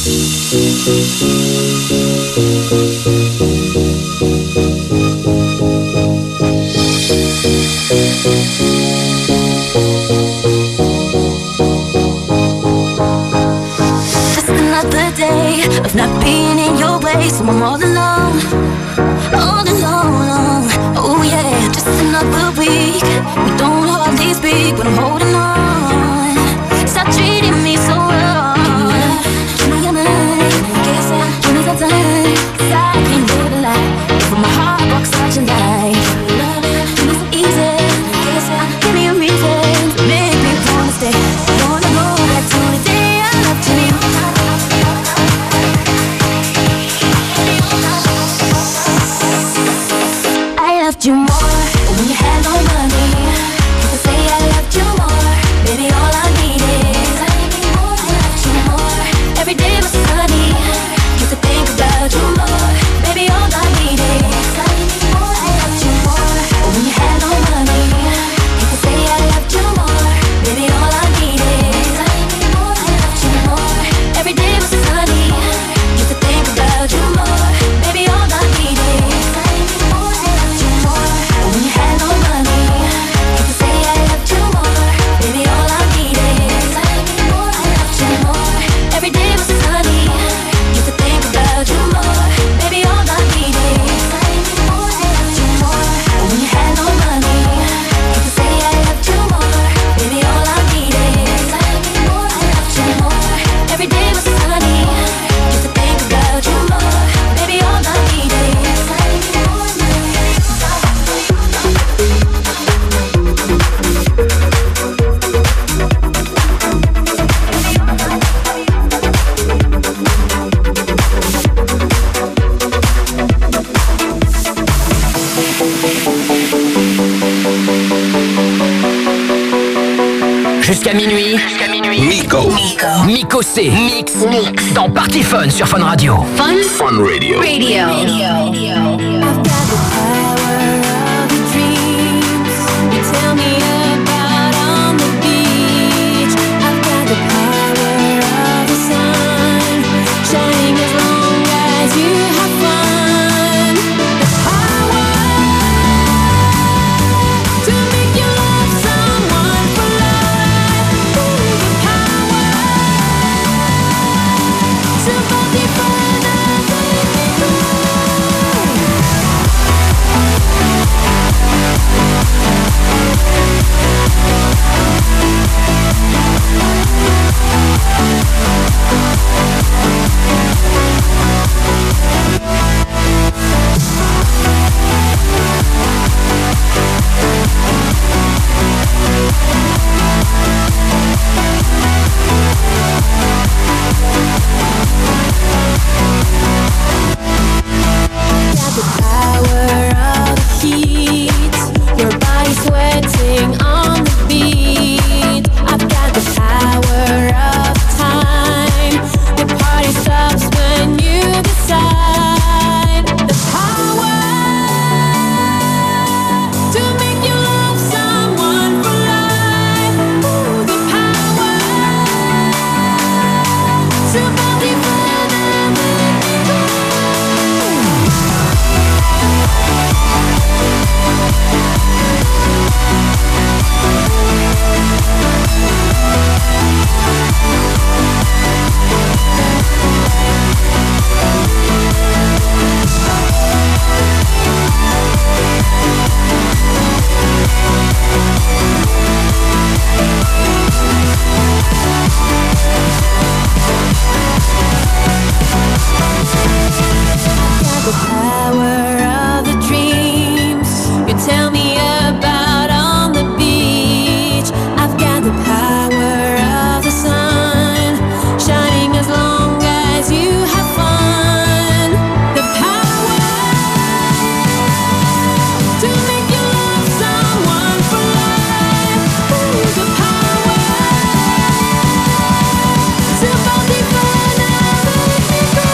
Just another day of not being in your way, so I'm all alone, all alone. Oh yeah, just another week. We don't hardly speak, but I'm holding on. Stop treating me so wrong. Can I get mine? Guess I need some time, 'cause I can't do the light. From Jusqu'à minuit. Jusqu'à minuit. Miko. Miko C. Mix. Mix. Dans Party Fun sur Fun Radio. Fun. Fun Radio. Radio. I've got the power of the dreams you tell me about on the beach. I've got the power of the sun shining as long as you have fun. The power to make you love someone for life. Ooh, the power to both be fun and make me got the power of the heat, your body sweating on the beat. I've got the power of time, the party stops when you decide. The power to make you love someone for life. Ooh, the power to both be fun and make me go. Got the power of the dreams you tell me about on the beach. I've got the power of the sun shining as long as you have fun. The power to make you love someone for life. Ooh, the power to both be fun and make me go.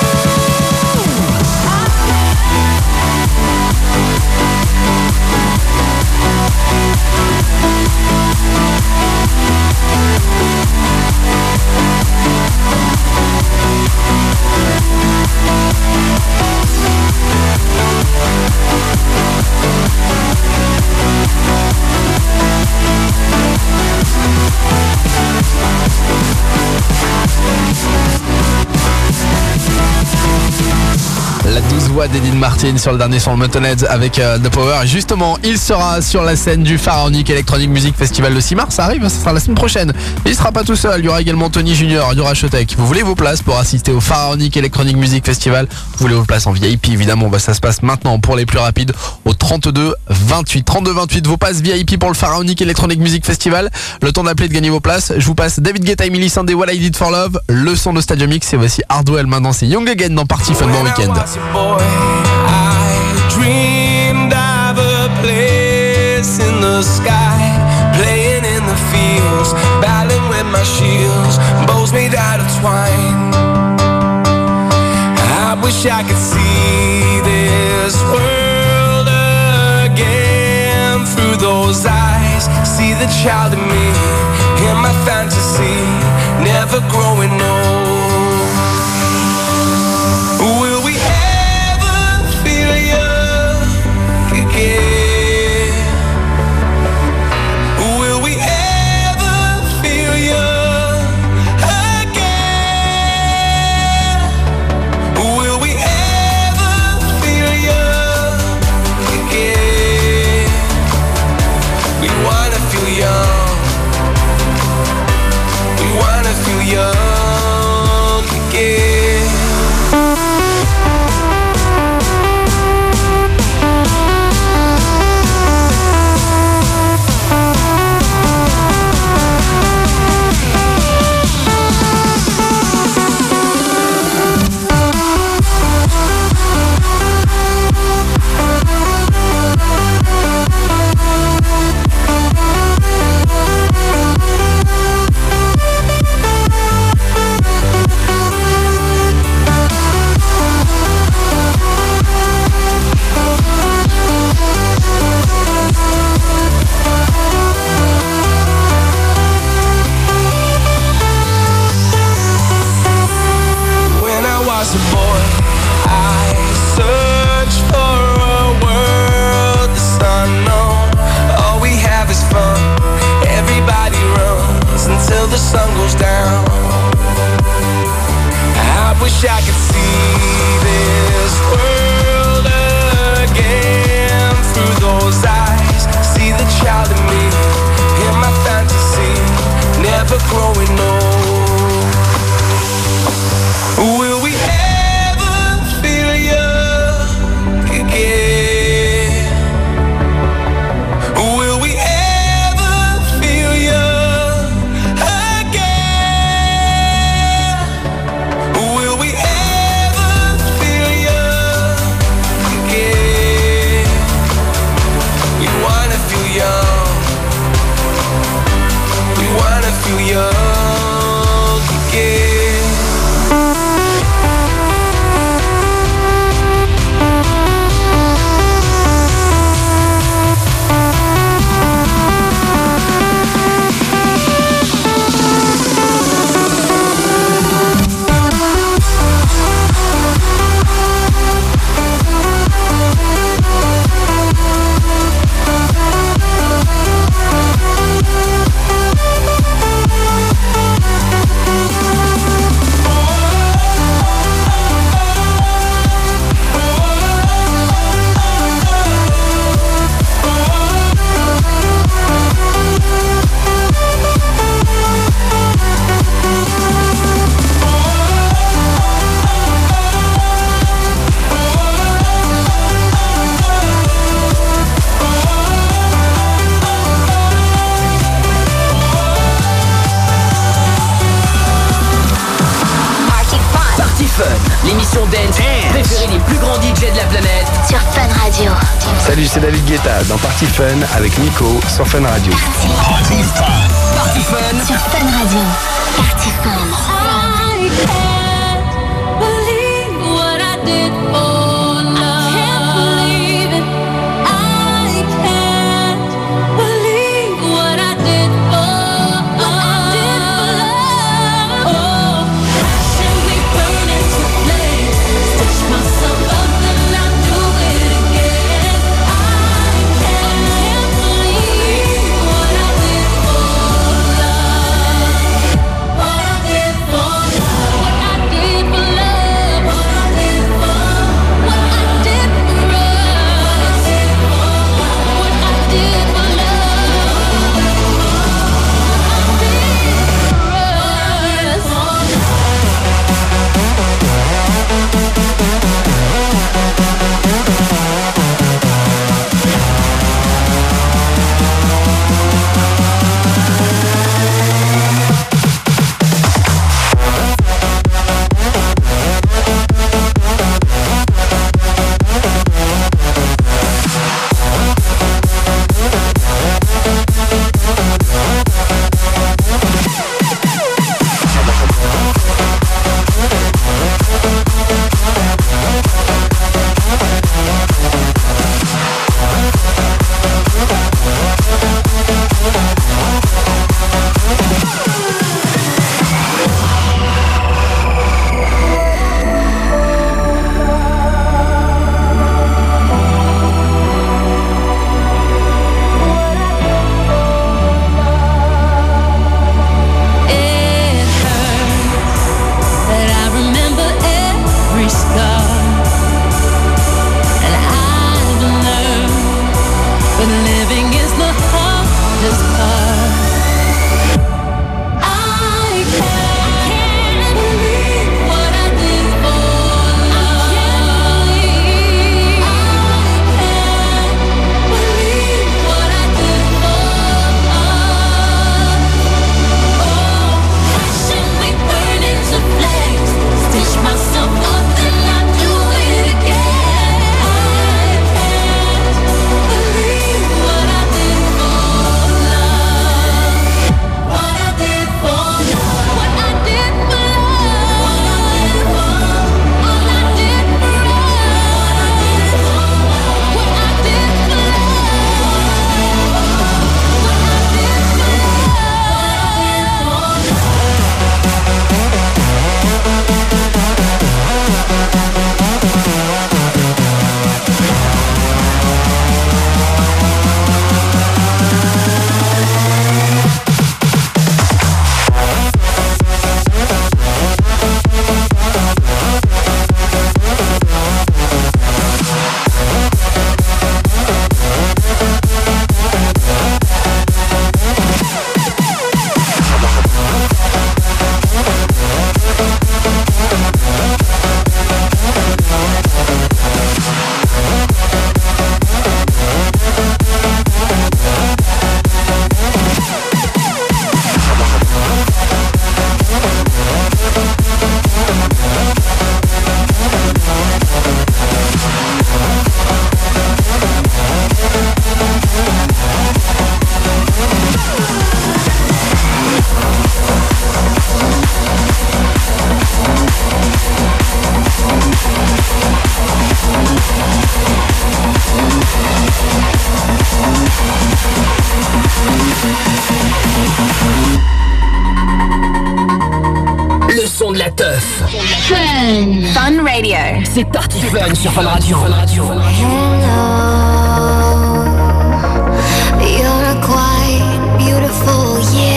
La douce voix d'Edith Martin sur le dernier son Motorhead avec euh, The Power. Et justement, il sera sur la scène du Pharaonic Electronic Music Festival le six mars. Ça arrive, ça sera la semaine prochaine. Et il sera pas tout seul. Il y aura également Tony Junior, il y aura Shotek. Vous voulez vos places pour assister au Pharaonic Electronic Music Festival? Vous voulez vos places en V I P évidemment. Bah, ça se passe maintenant pour les plus rapides au trente-deux vingt-huit. trente-deux vingt-huit, vos passes V I P pour le Pharaonic Electronic Music Festival. Le temps d'appeler, de gagner vos places. Je vous passe David Guetta, Emily Sandé, What I Did For Love, le son de Stadium X. Et voici Hardwell maintenant, c'est Young Again dans Party Fun Bon Weekend. Boy, I dreamed of a place in the sky, playing in the fields, battling with my shields, bows made out of twine. I wish I could see this world again through those eyes, see the child in me, in my fantasy, never growing old. Will we ever feel young again? Will we ever feel young again? Will we ever feel young again? We wanna feel young. We wanna feel young. I search for a world that's unknown. All we have is fun. Everybody runs until the sun goes down. I wish I could see this world again through those eyes. See the child in me, in my fantasy, never growing old. Will we ever feel young again? Will we ever feel young again? Will we ever feel young again? We wanna feel young. We wanna feel young again. L'émission dance préférée des plus grands D J de la planète sur Fun Radio. Salut, c'est David Guetta dans Party Fun avec Nico sur Fun Radio. Party Fun. Party Fun sur Fun Radio. Party Fun. I can't believe what I did for love. I can't believe it. I can't believe what I did for love. Oh, passion we burn into flames. Touch myself up and I'll do it again. I can't believe what I did for love. What I did for love. What I la teuf. Fun. Fun Radio. C'est Party Fun sur Fun Radio. Hello, you're a quite beautiful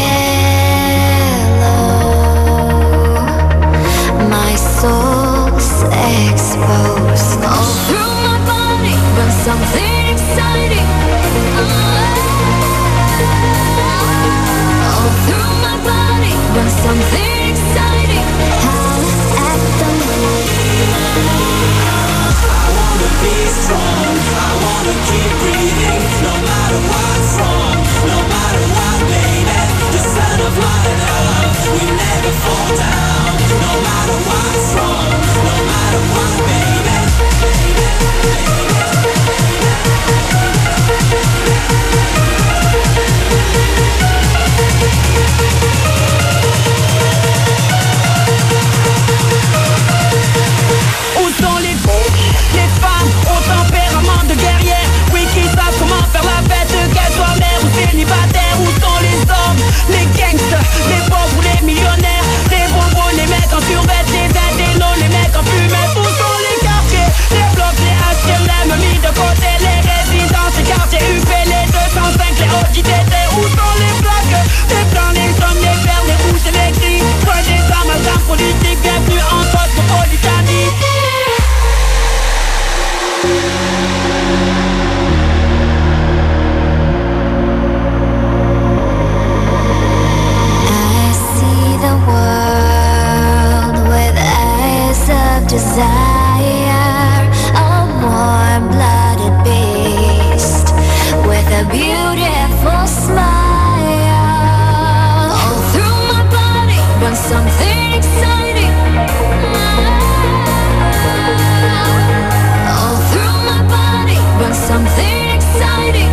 yellow. My soul's exposed all through my body, but something exciting. All through my body, but something exciting. At the moon. I wanna be strong, I wanna keep breathing, no matter what's wrong, no matter what, baby. The sun of my love, we never fall down, no matter what's wrong, no matter what, baby, baby, baby, Où sont les les femmes au tempérament de guerrière? Oui, qui savent comment faire la fête, qu'elles soient mères ou célibataires. Où sont les hommes, les gangsters, les pauvres ou les millionnaires, les bobos, les mecs en survêt, les intellos, les mecs en fumette? Où sont les quartiers, les blocs, les H L M mis de côté, les résidences, les quartiers U P, les deux cent cinq, les O J T T? Où sont les plaques, les blancs, les hommes, les verts, les rouges et les gris? Point des amalgames politiques, bienvenue en cosmopolitanie. I see the world with eyes of desire, a warm-blooded beast with a beautiful smile. All through my body runs something exciting. All through my body runs something exciting.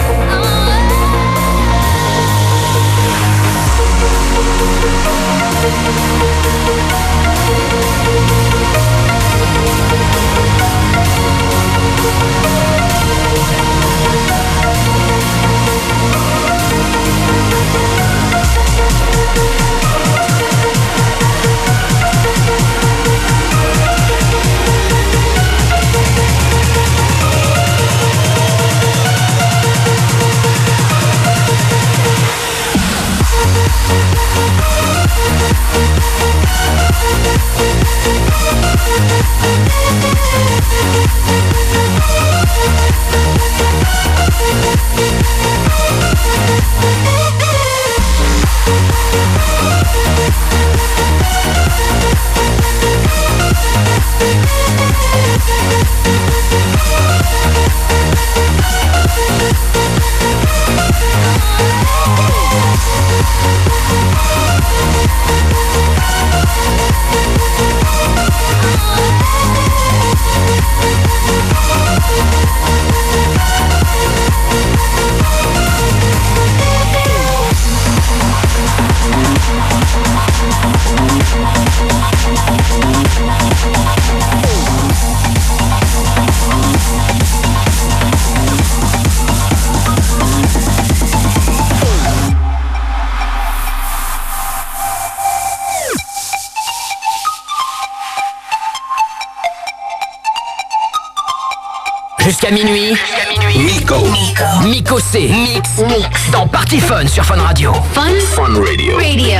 Jusqu'à minuit. Miko. Miko C. Mix. Mix. Dans Party Fun sur Fun Radio. Fun. Fun Radio. Radio.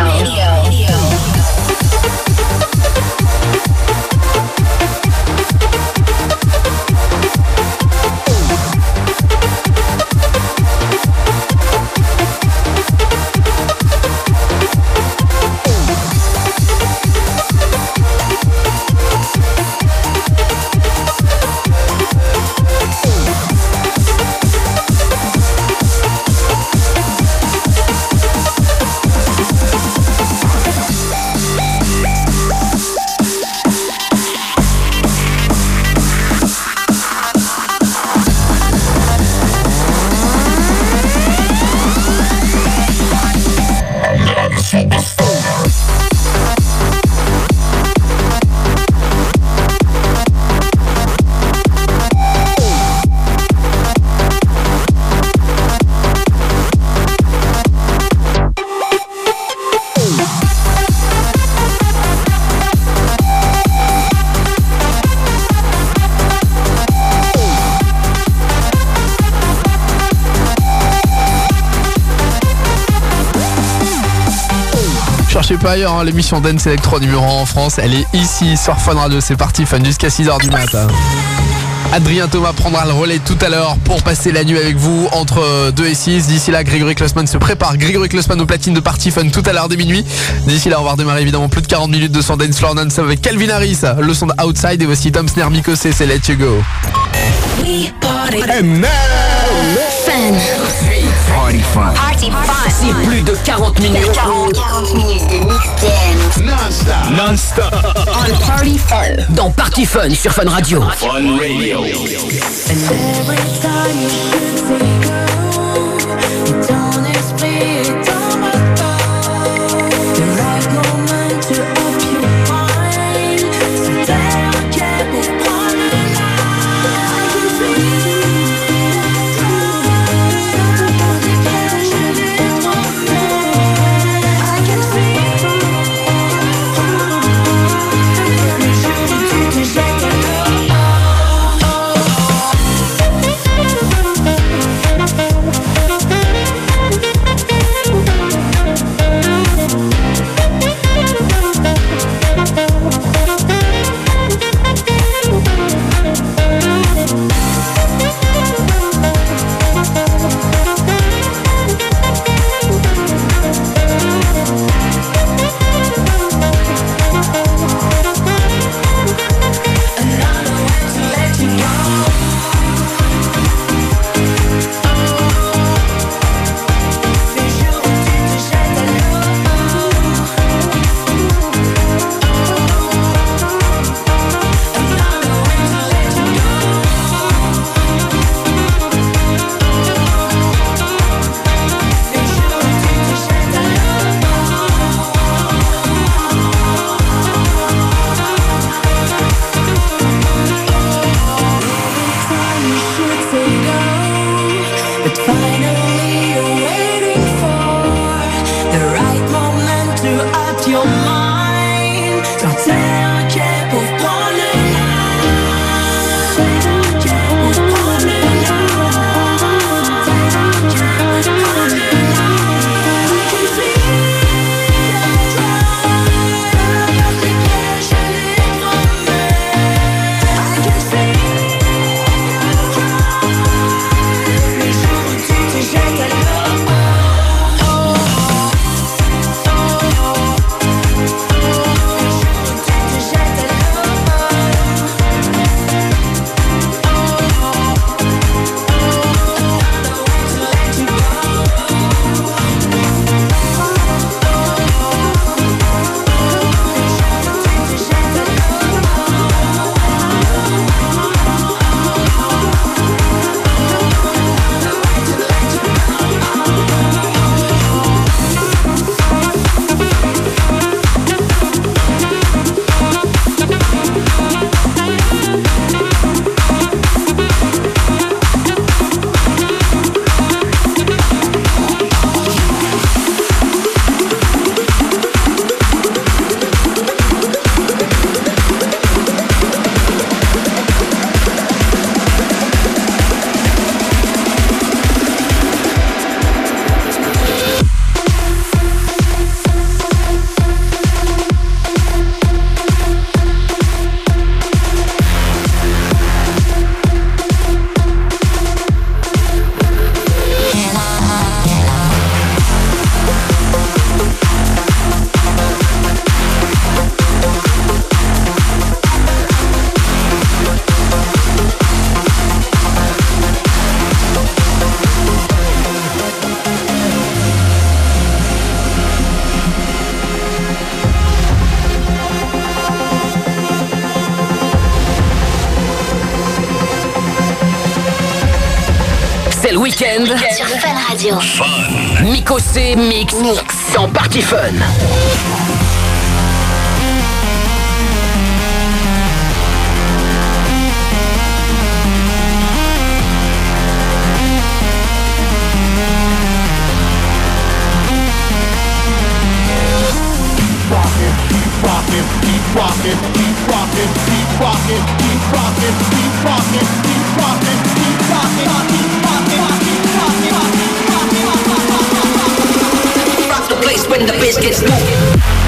cherchez pas ailleurs, hein. L'émission Dance Electro numéro un en France, elle est ici sur Fun Radio. C'est parti, Fun jusqu'à six heures du matin. Adrien Thomas prendra le relais tout à l'heure pour passer la nuit avec vous entre deux et six. D'ici là, Grégory Klossman se prépare. Grégory Klossman au platine de Party Fun tout à l'heure dès minuit. D'ici là, on va redémarrer évidemment plus de quarante minutes de son dance floor non-stop avec Calvin Harris, le son de Outside, et voici Tom Snare, Miko C, c'est Let You Go. We party. And now, Fun. Party Fun. Party Fun. C'est plus de quarante minutes. quarante minutes de mix dance. Non-stop. Non-stop. On Party Fun. Dans Party Fun sur Fun Radio. Fun Radio. And every time you should say go, ton esprit est en repos. The right moment to up your mind. C'était un quai pour prendre le large. I can see dans tes pièges les tromper. I can see le jour où tu te jettes à l'eau. C'est le week-end sur Fun Radio. Fun. Miko C mix, mix dans Party Fun. Rock the place when the bass gets moving.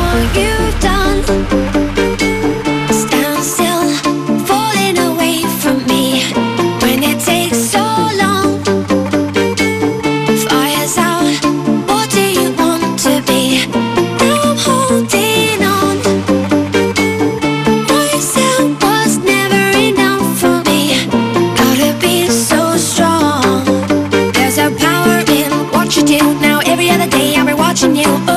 all you've done. Stand still, falling away from me when it takes so long. Fire's out, what do you want to be? Now I'm holding on. Myself was never enough for me. Gotta be so strong. There's a power in what you do. Now every other day I'll be watching you. Oh.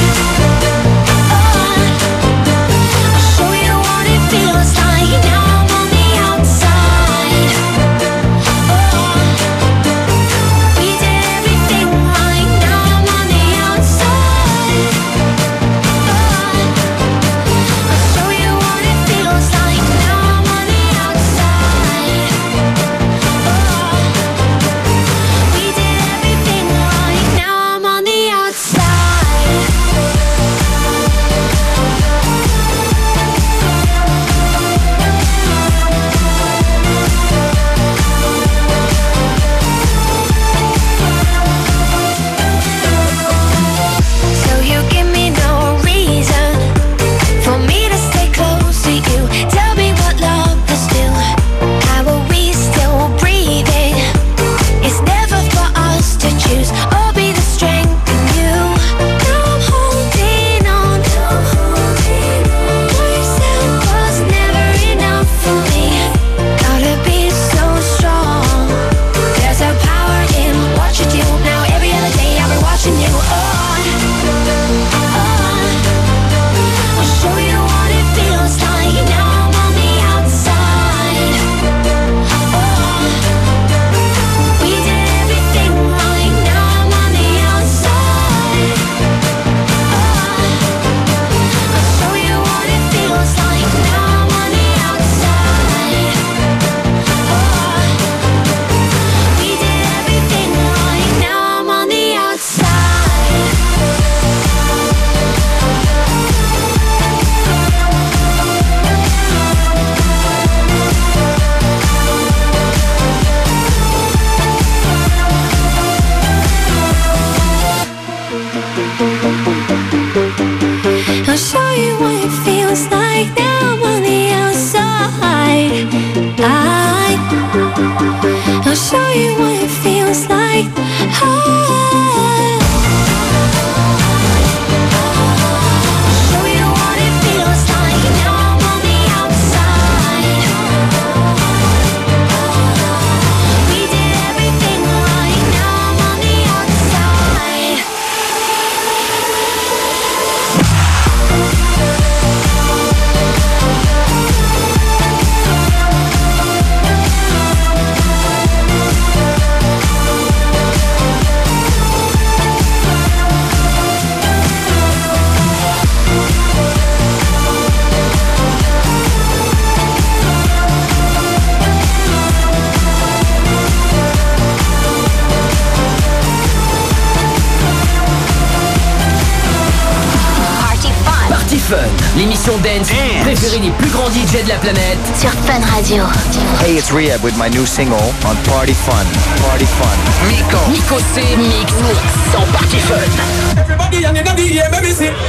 L'émission dance préférée des plus grands D J de la planète sur Fun Radio. Hey, it's Rehab with my new single on Party Fun. Party Fun. Miko. Miko C Mix Mix dans Party Fun. Everybody young in the D J, baby, see.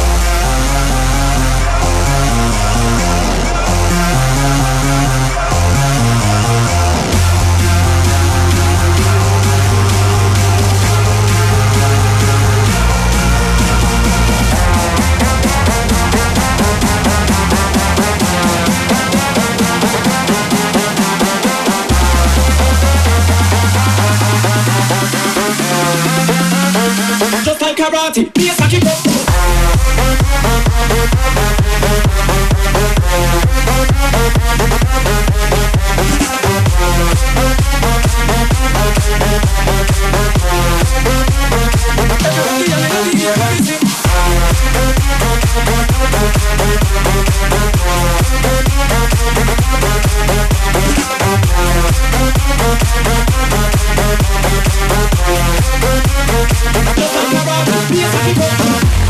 Just like karate, be a saki go. Just like karate, be a saki go.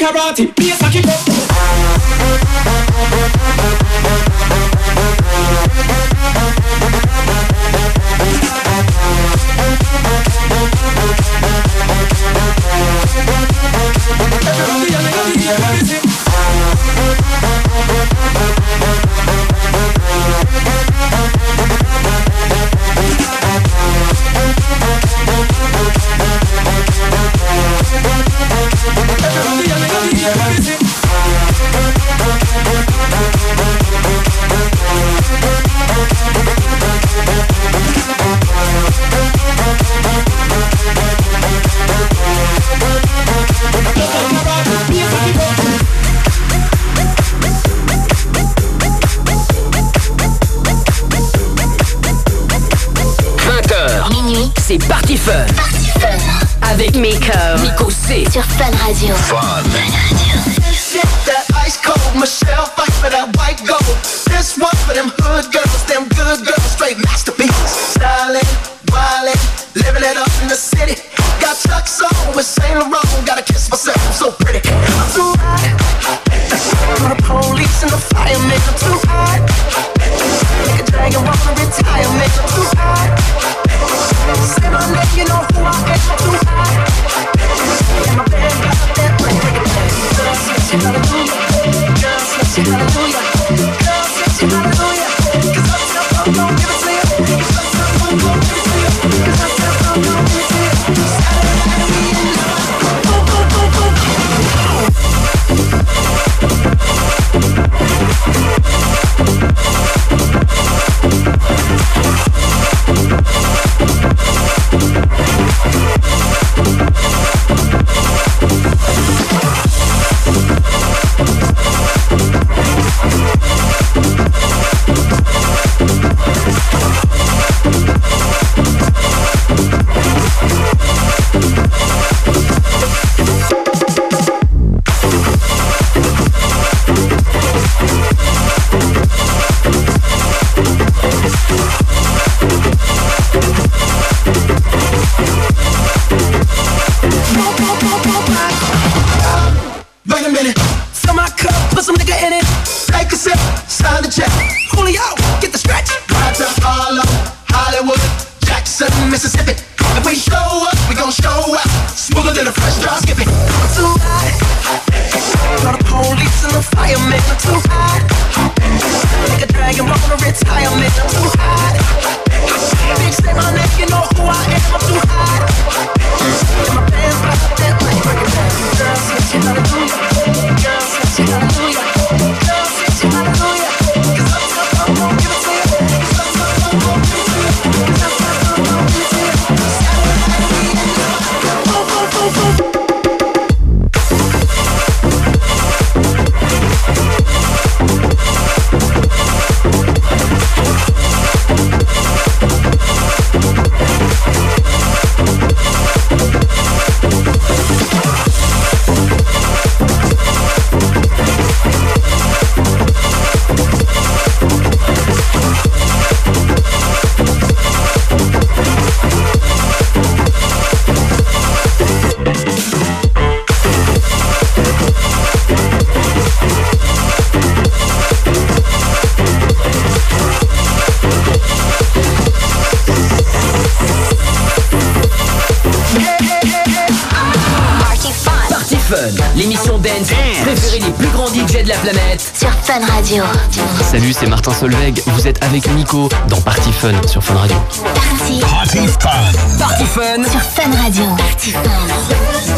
karate, bass I kick up. C'est Party Fun. Party Fun. Avec Miko. Miko C. Sur Fun Radio. Fun. Shit, that ice cold Michelle fight for that white gold. This one for them hood girls, them good girls, straight masterpieces. Styling, wildin', living it up in the city. Got Chuck's on with Saint Laurent, gotta kiss myself, I'm so pretty. I'm too hot. For the police and the firemen, I'm too hot. Like a dragon walk to retirement, I'm too hot. Say my name, you know who I am, I'm too hot. And my band got that break, break it down. Girls, sexy, hallelujah. Girls, sexy, hallelujah. Girls, sexy, hallelujah. Cause I'm tough, I'm gon' give it to you. Cause I'm tough, I'm gon' give it to you. Cause I'm tough, I'm gon' give it to you. Saturday night, we in love. Boom, boom, boom, boom. Wait a minute, fill my cup, put some nigga in it. Take a sip, sign the check. Julio, get the stretch. Ride to Harlem, Hollywood, Jackson, Mississippi. If we show up, we gon' show out. Smoother than a fresh drop skipping. I'm too hot. Call the police and the firemen. I'm too hot. Like a dragon walk on a retirement. I'm too hot. Bitch, say my name, you know who I am. I'm too hot. And my band's back up that way. Break it down. Girls, sexy, hallelujah. Girls, sexy, hallelujah. Girls, sexy, hallelujah. Cause I'm tough, I'm gon' give it to you. Cause I'm tough, I'm gon' give it to you. Cause I'm tough, I'm gon' give it to you. Saturday night, we in love. Boom, boom, boom, boom. L'émission dance préférée des plus grands D J de la planète sur Fun Radio. Salut, c'est Martin Solveig. Vous êtes avec Miko dans Party Fun sur Fun Radio. Party. Party Fun. Party Fun sur Fun Radio. Party Fun.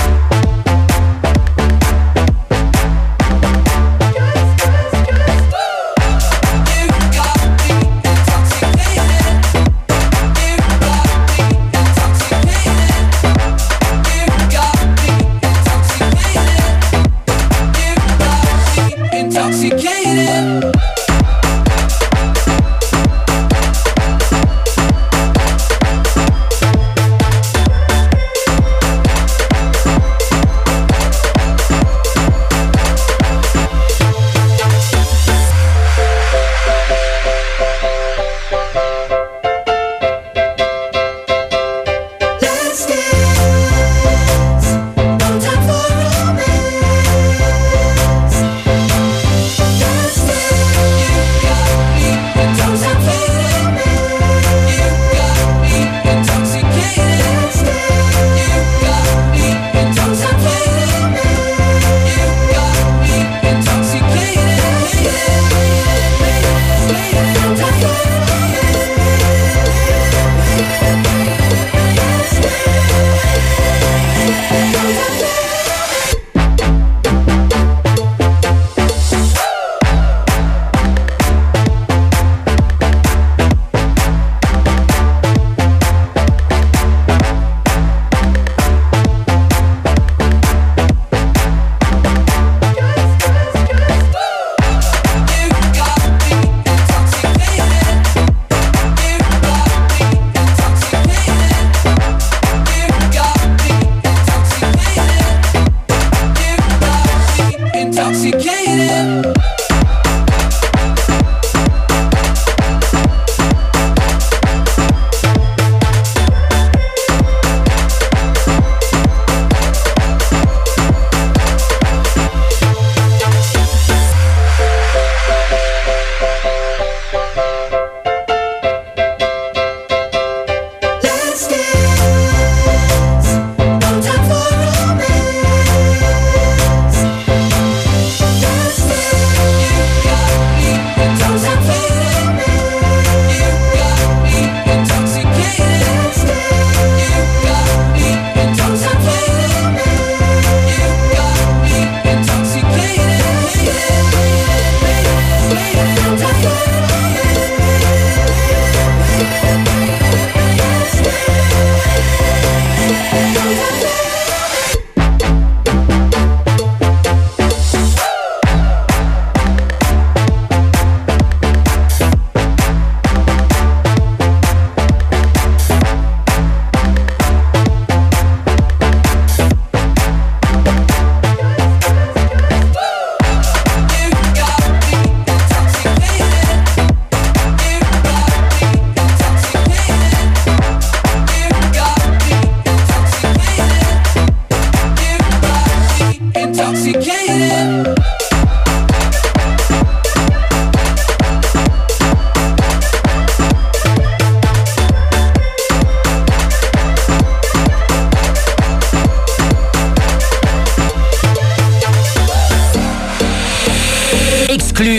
Woo!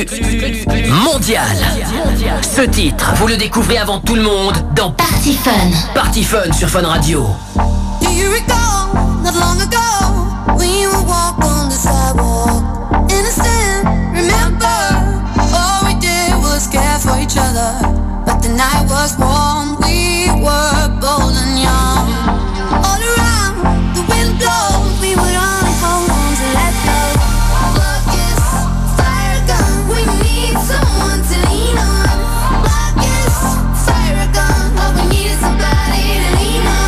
exclu mondial. Ce titre, vous le découvrez avant tout le monde dans Party Fun. Party Fun sur Fun Radio. Do you recall, not long ago, we would walk on the sidewalk, innocent, remember, all we did was care for each other, but the night was warm, we were bold and young, all around, the wind blows, we would only hold on to let go, blood is fire gun, we need someone to lean on, blood is fire gun, all we need is somebody to lean on.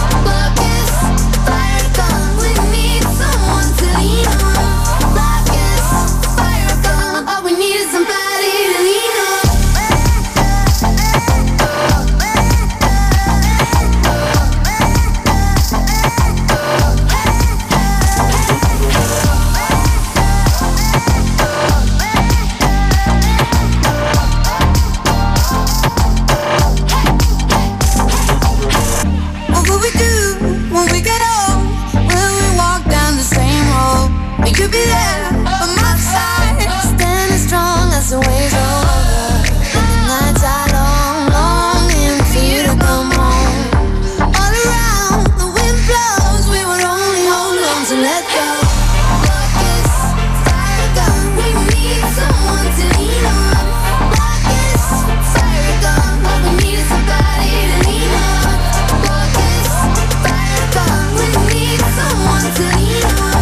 Could be there, but my side, standing strong as the waves roll over. And the nights are long, longing for you to come home. All around, the wind blows, we would only hold on to let go. Blood is fire gun, we need someone to lean on. Blood is fire gun, all we need is somebody to lean on. Blood is fire gun, we need someone to lean on.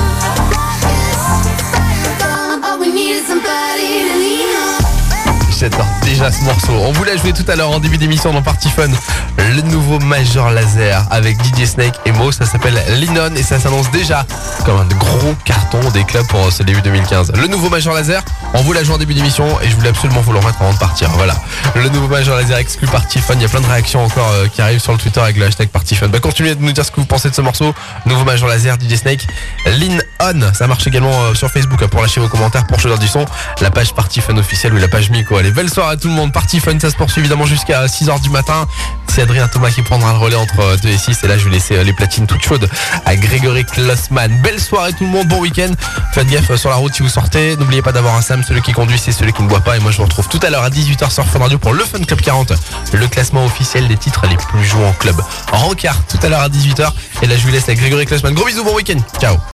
J'adore déjà ce morceau. On vous l'a joué tout à l'heure en début d'émission dans Party Fun. Le nouveau Major Lazer avec D J Snake et Mo. Ça s'appelle Linon et ça s'annonce déjà comme un gros carton des clubs pour ce début deux mille quinze. Le nouveau Major Lazer, on vous l'a joué en début d'émission et je voulais absolument vous le remettre avant de partir. Voilà. Le nouveau Major Lazer exclu Party Fun. Il y a plein de réactions encore euh, qui arrivent sur le Twitter avec le hashtag Party Fun. Bah, continuez de nous dire ce que vous pensez de ce morceau. Nouveau Major Lazer, D J Snake, Lean On. Ça marche également euh, sur Facebook pour lâcher vos commentaires pour Chez du son. La page Party Fun officielle ou la page Miko. Allez, belle soirée à tout le monde. Party Fun, ça se poursuit évidemment jusqu'à six heures du matin. C'est Adrien Thomas qui prendra le relais entre deux et six. Et là, je vais laisser les platines toutes chaudes à Grégory Klossman. Belle soirée tout le monde, bon week-end. Faites gaffe sur la route si vous sortez. N'oubliez pas d'avoir un Sam. Celui qui conduit, c'est celui qui ne boit pas. Et moi, je vous retrouve tout à l'heure à dix-huit heures sur Fun Radio pour le Fun Club quarante. Le classement officiel des titres les plus joués en club. Rencard tout à l'heure à dix-huit heures. Et là, je vous laisse avec Grégory Klossman. Gros bisous, bon week-end. Ciao.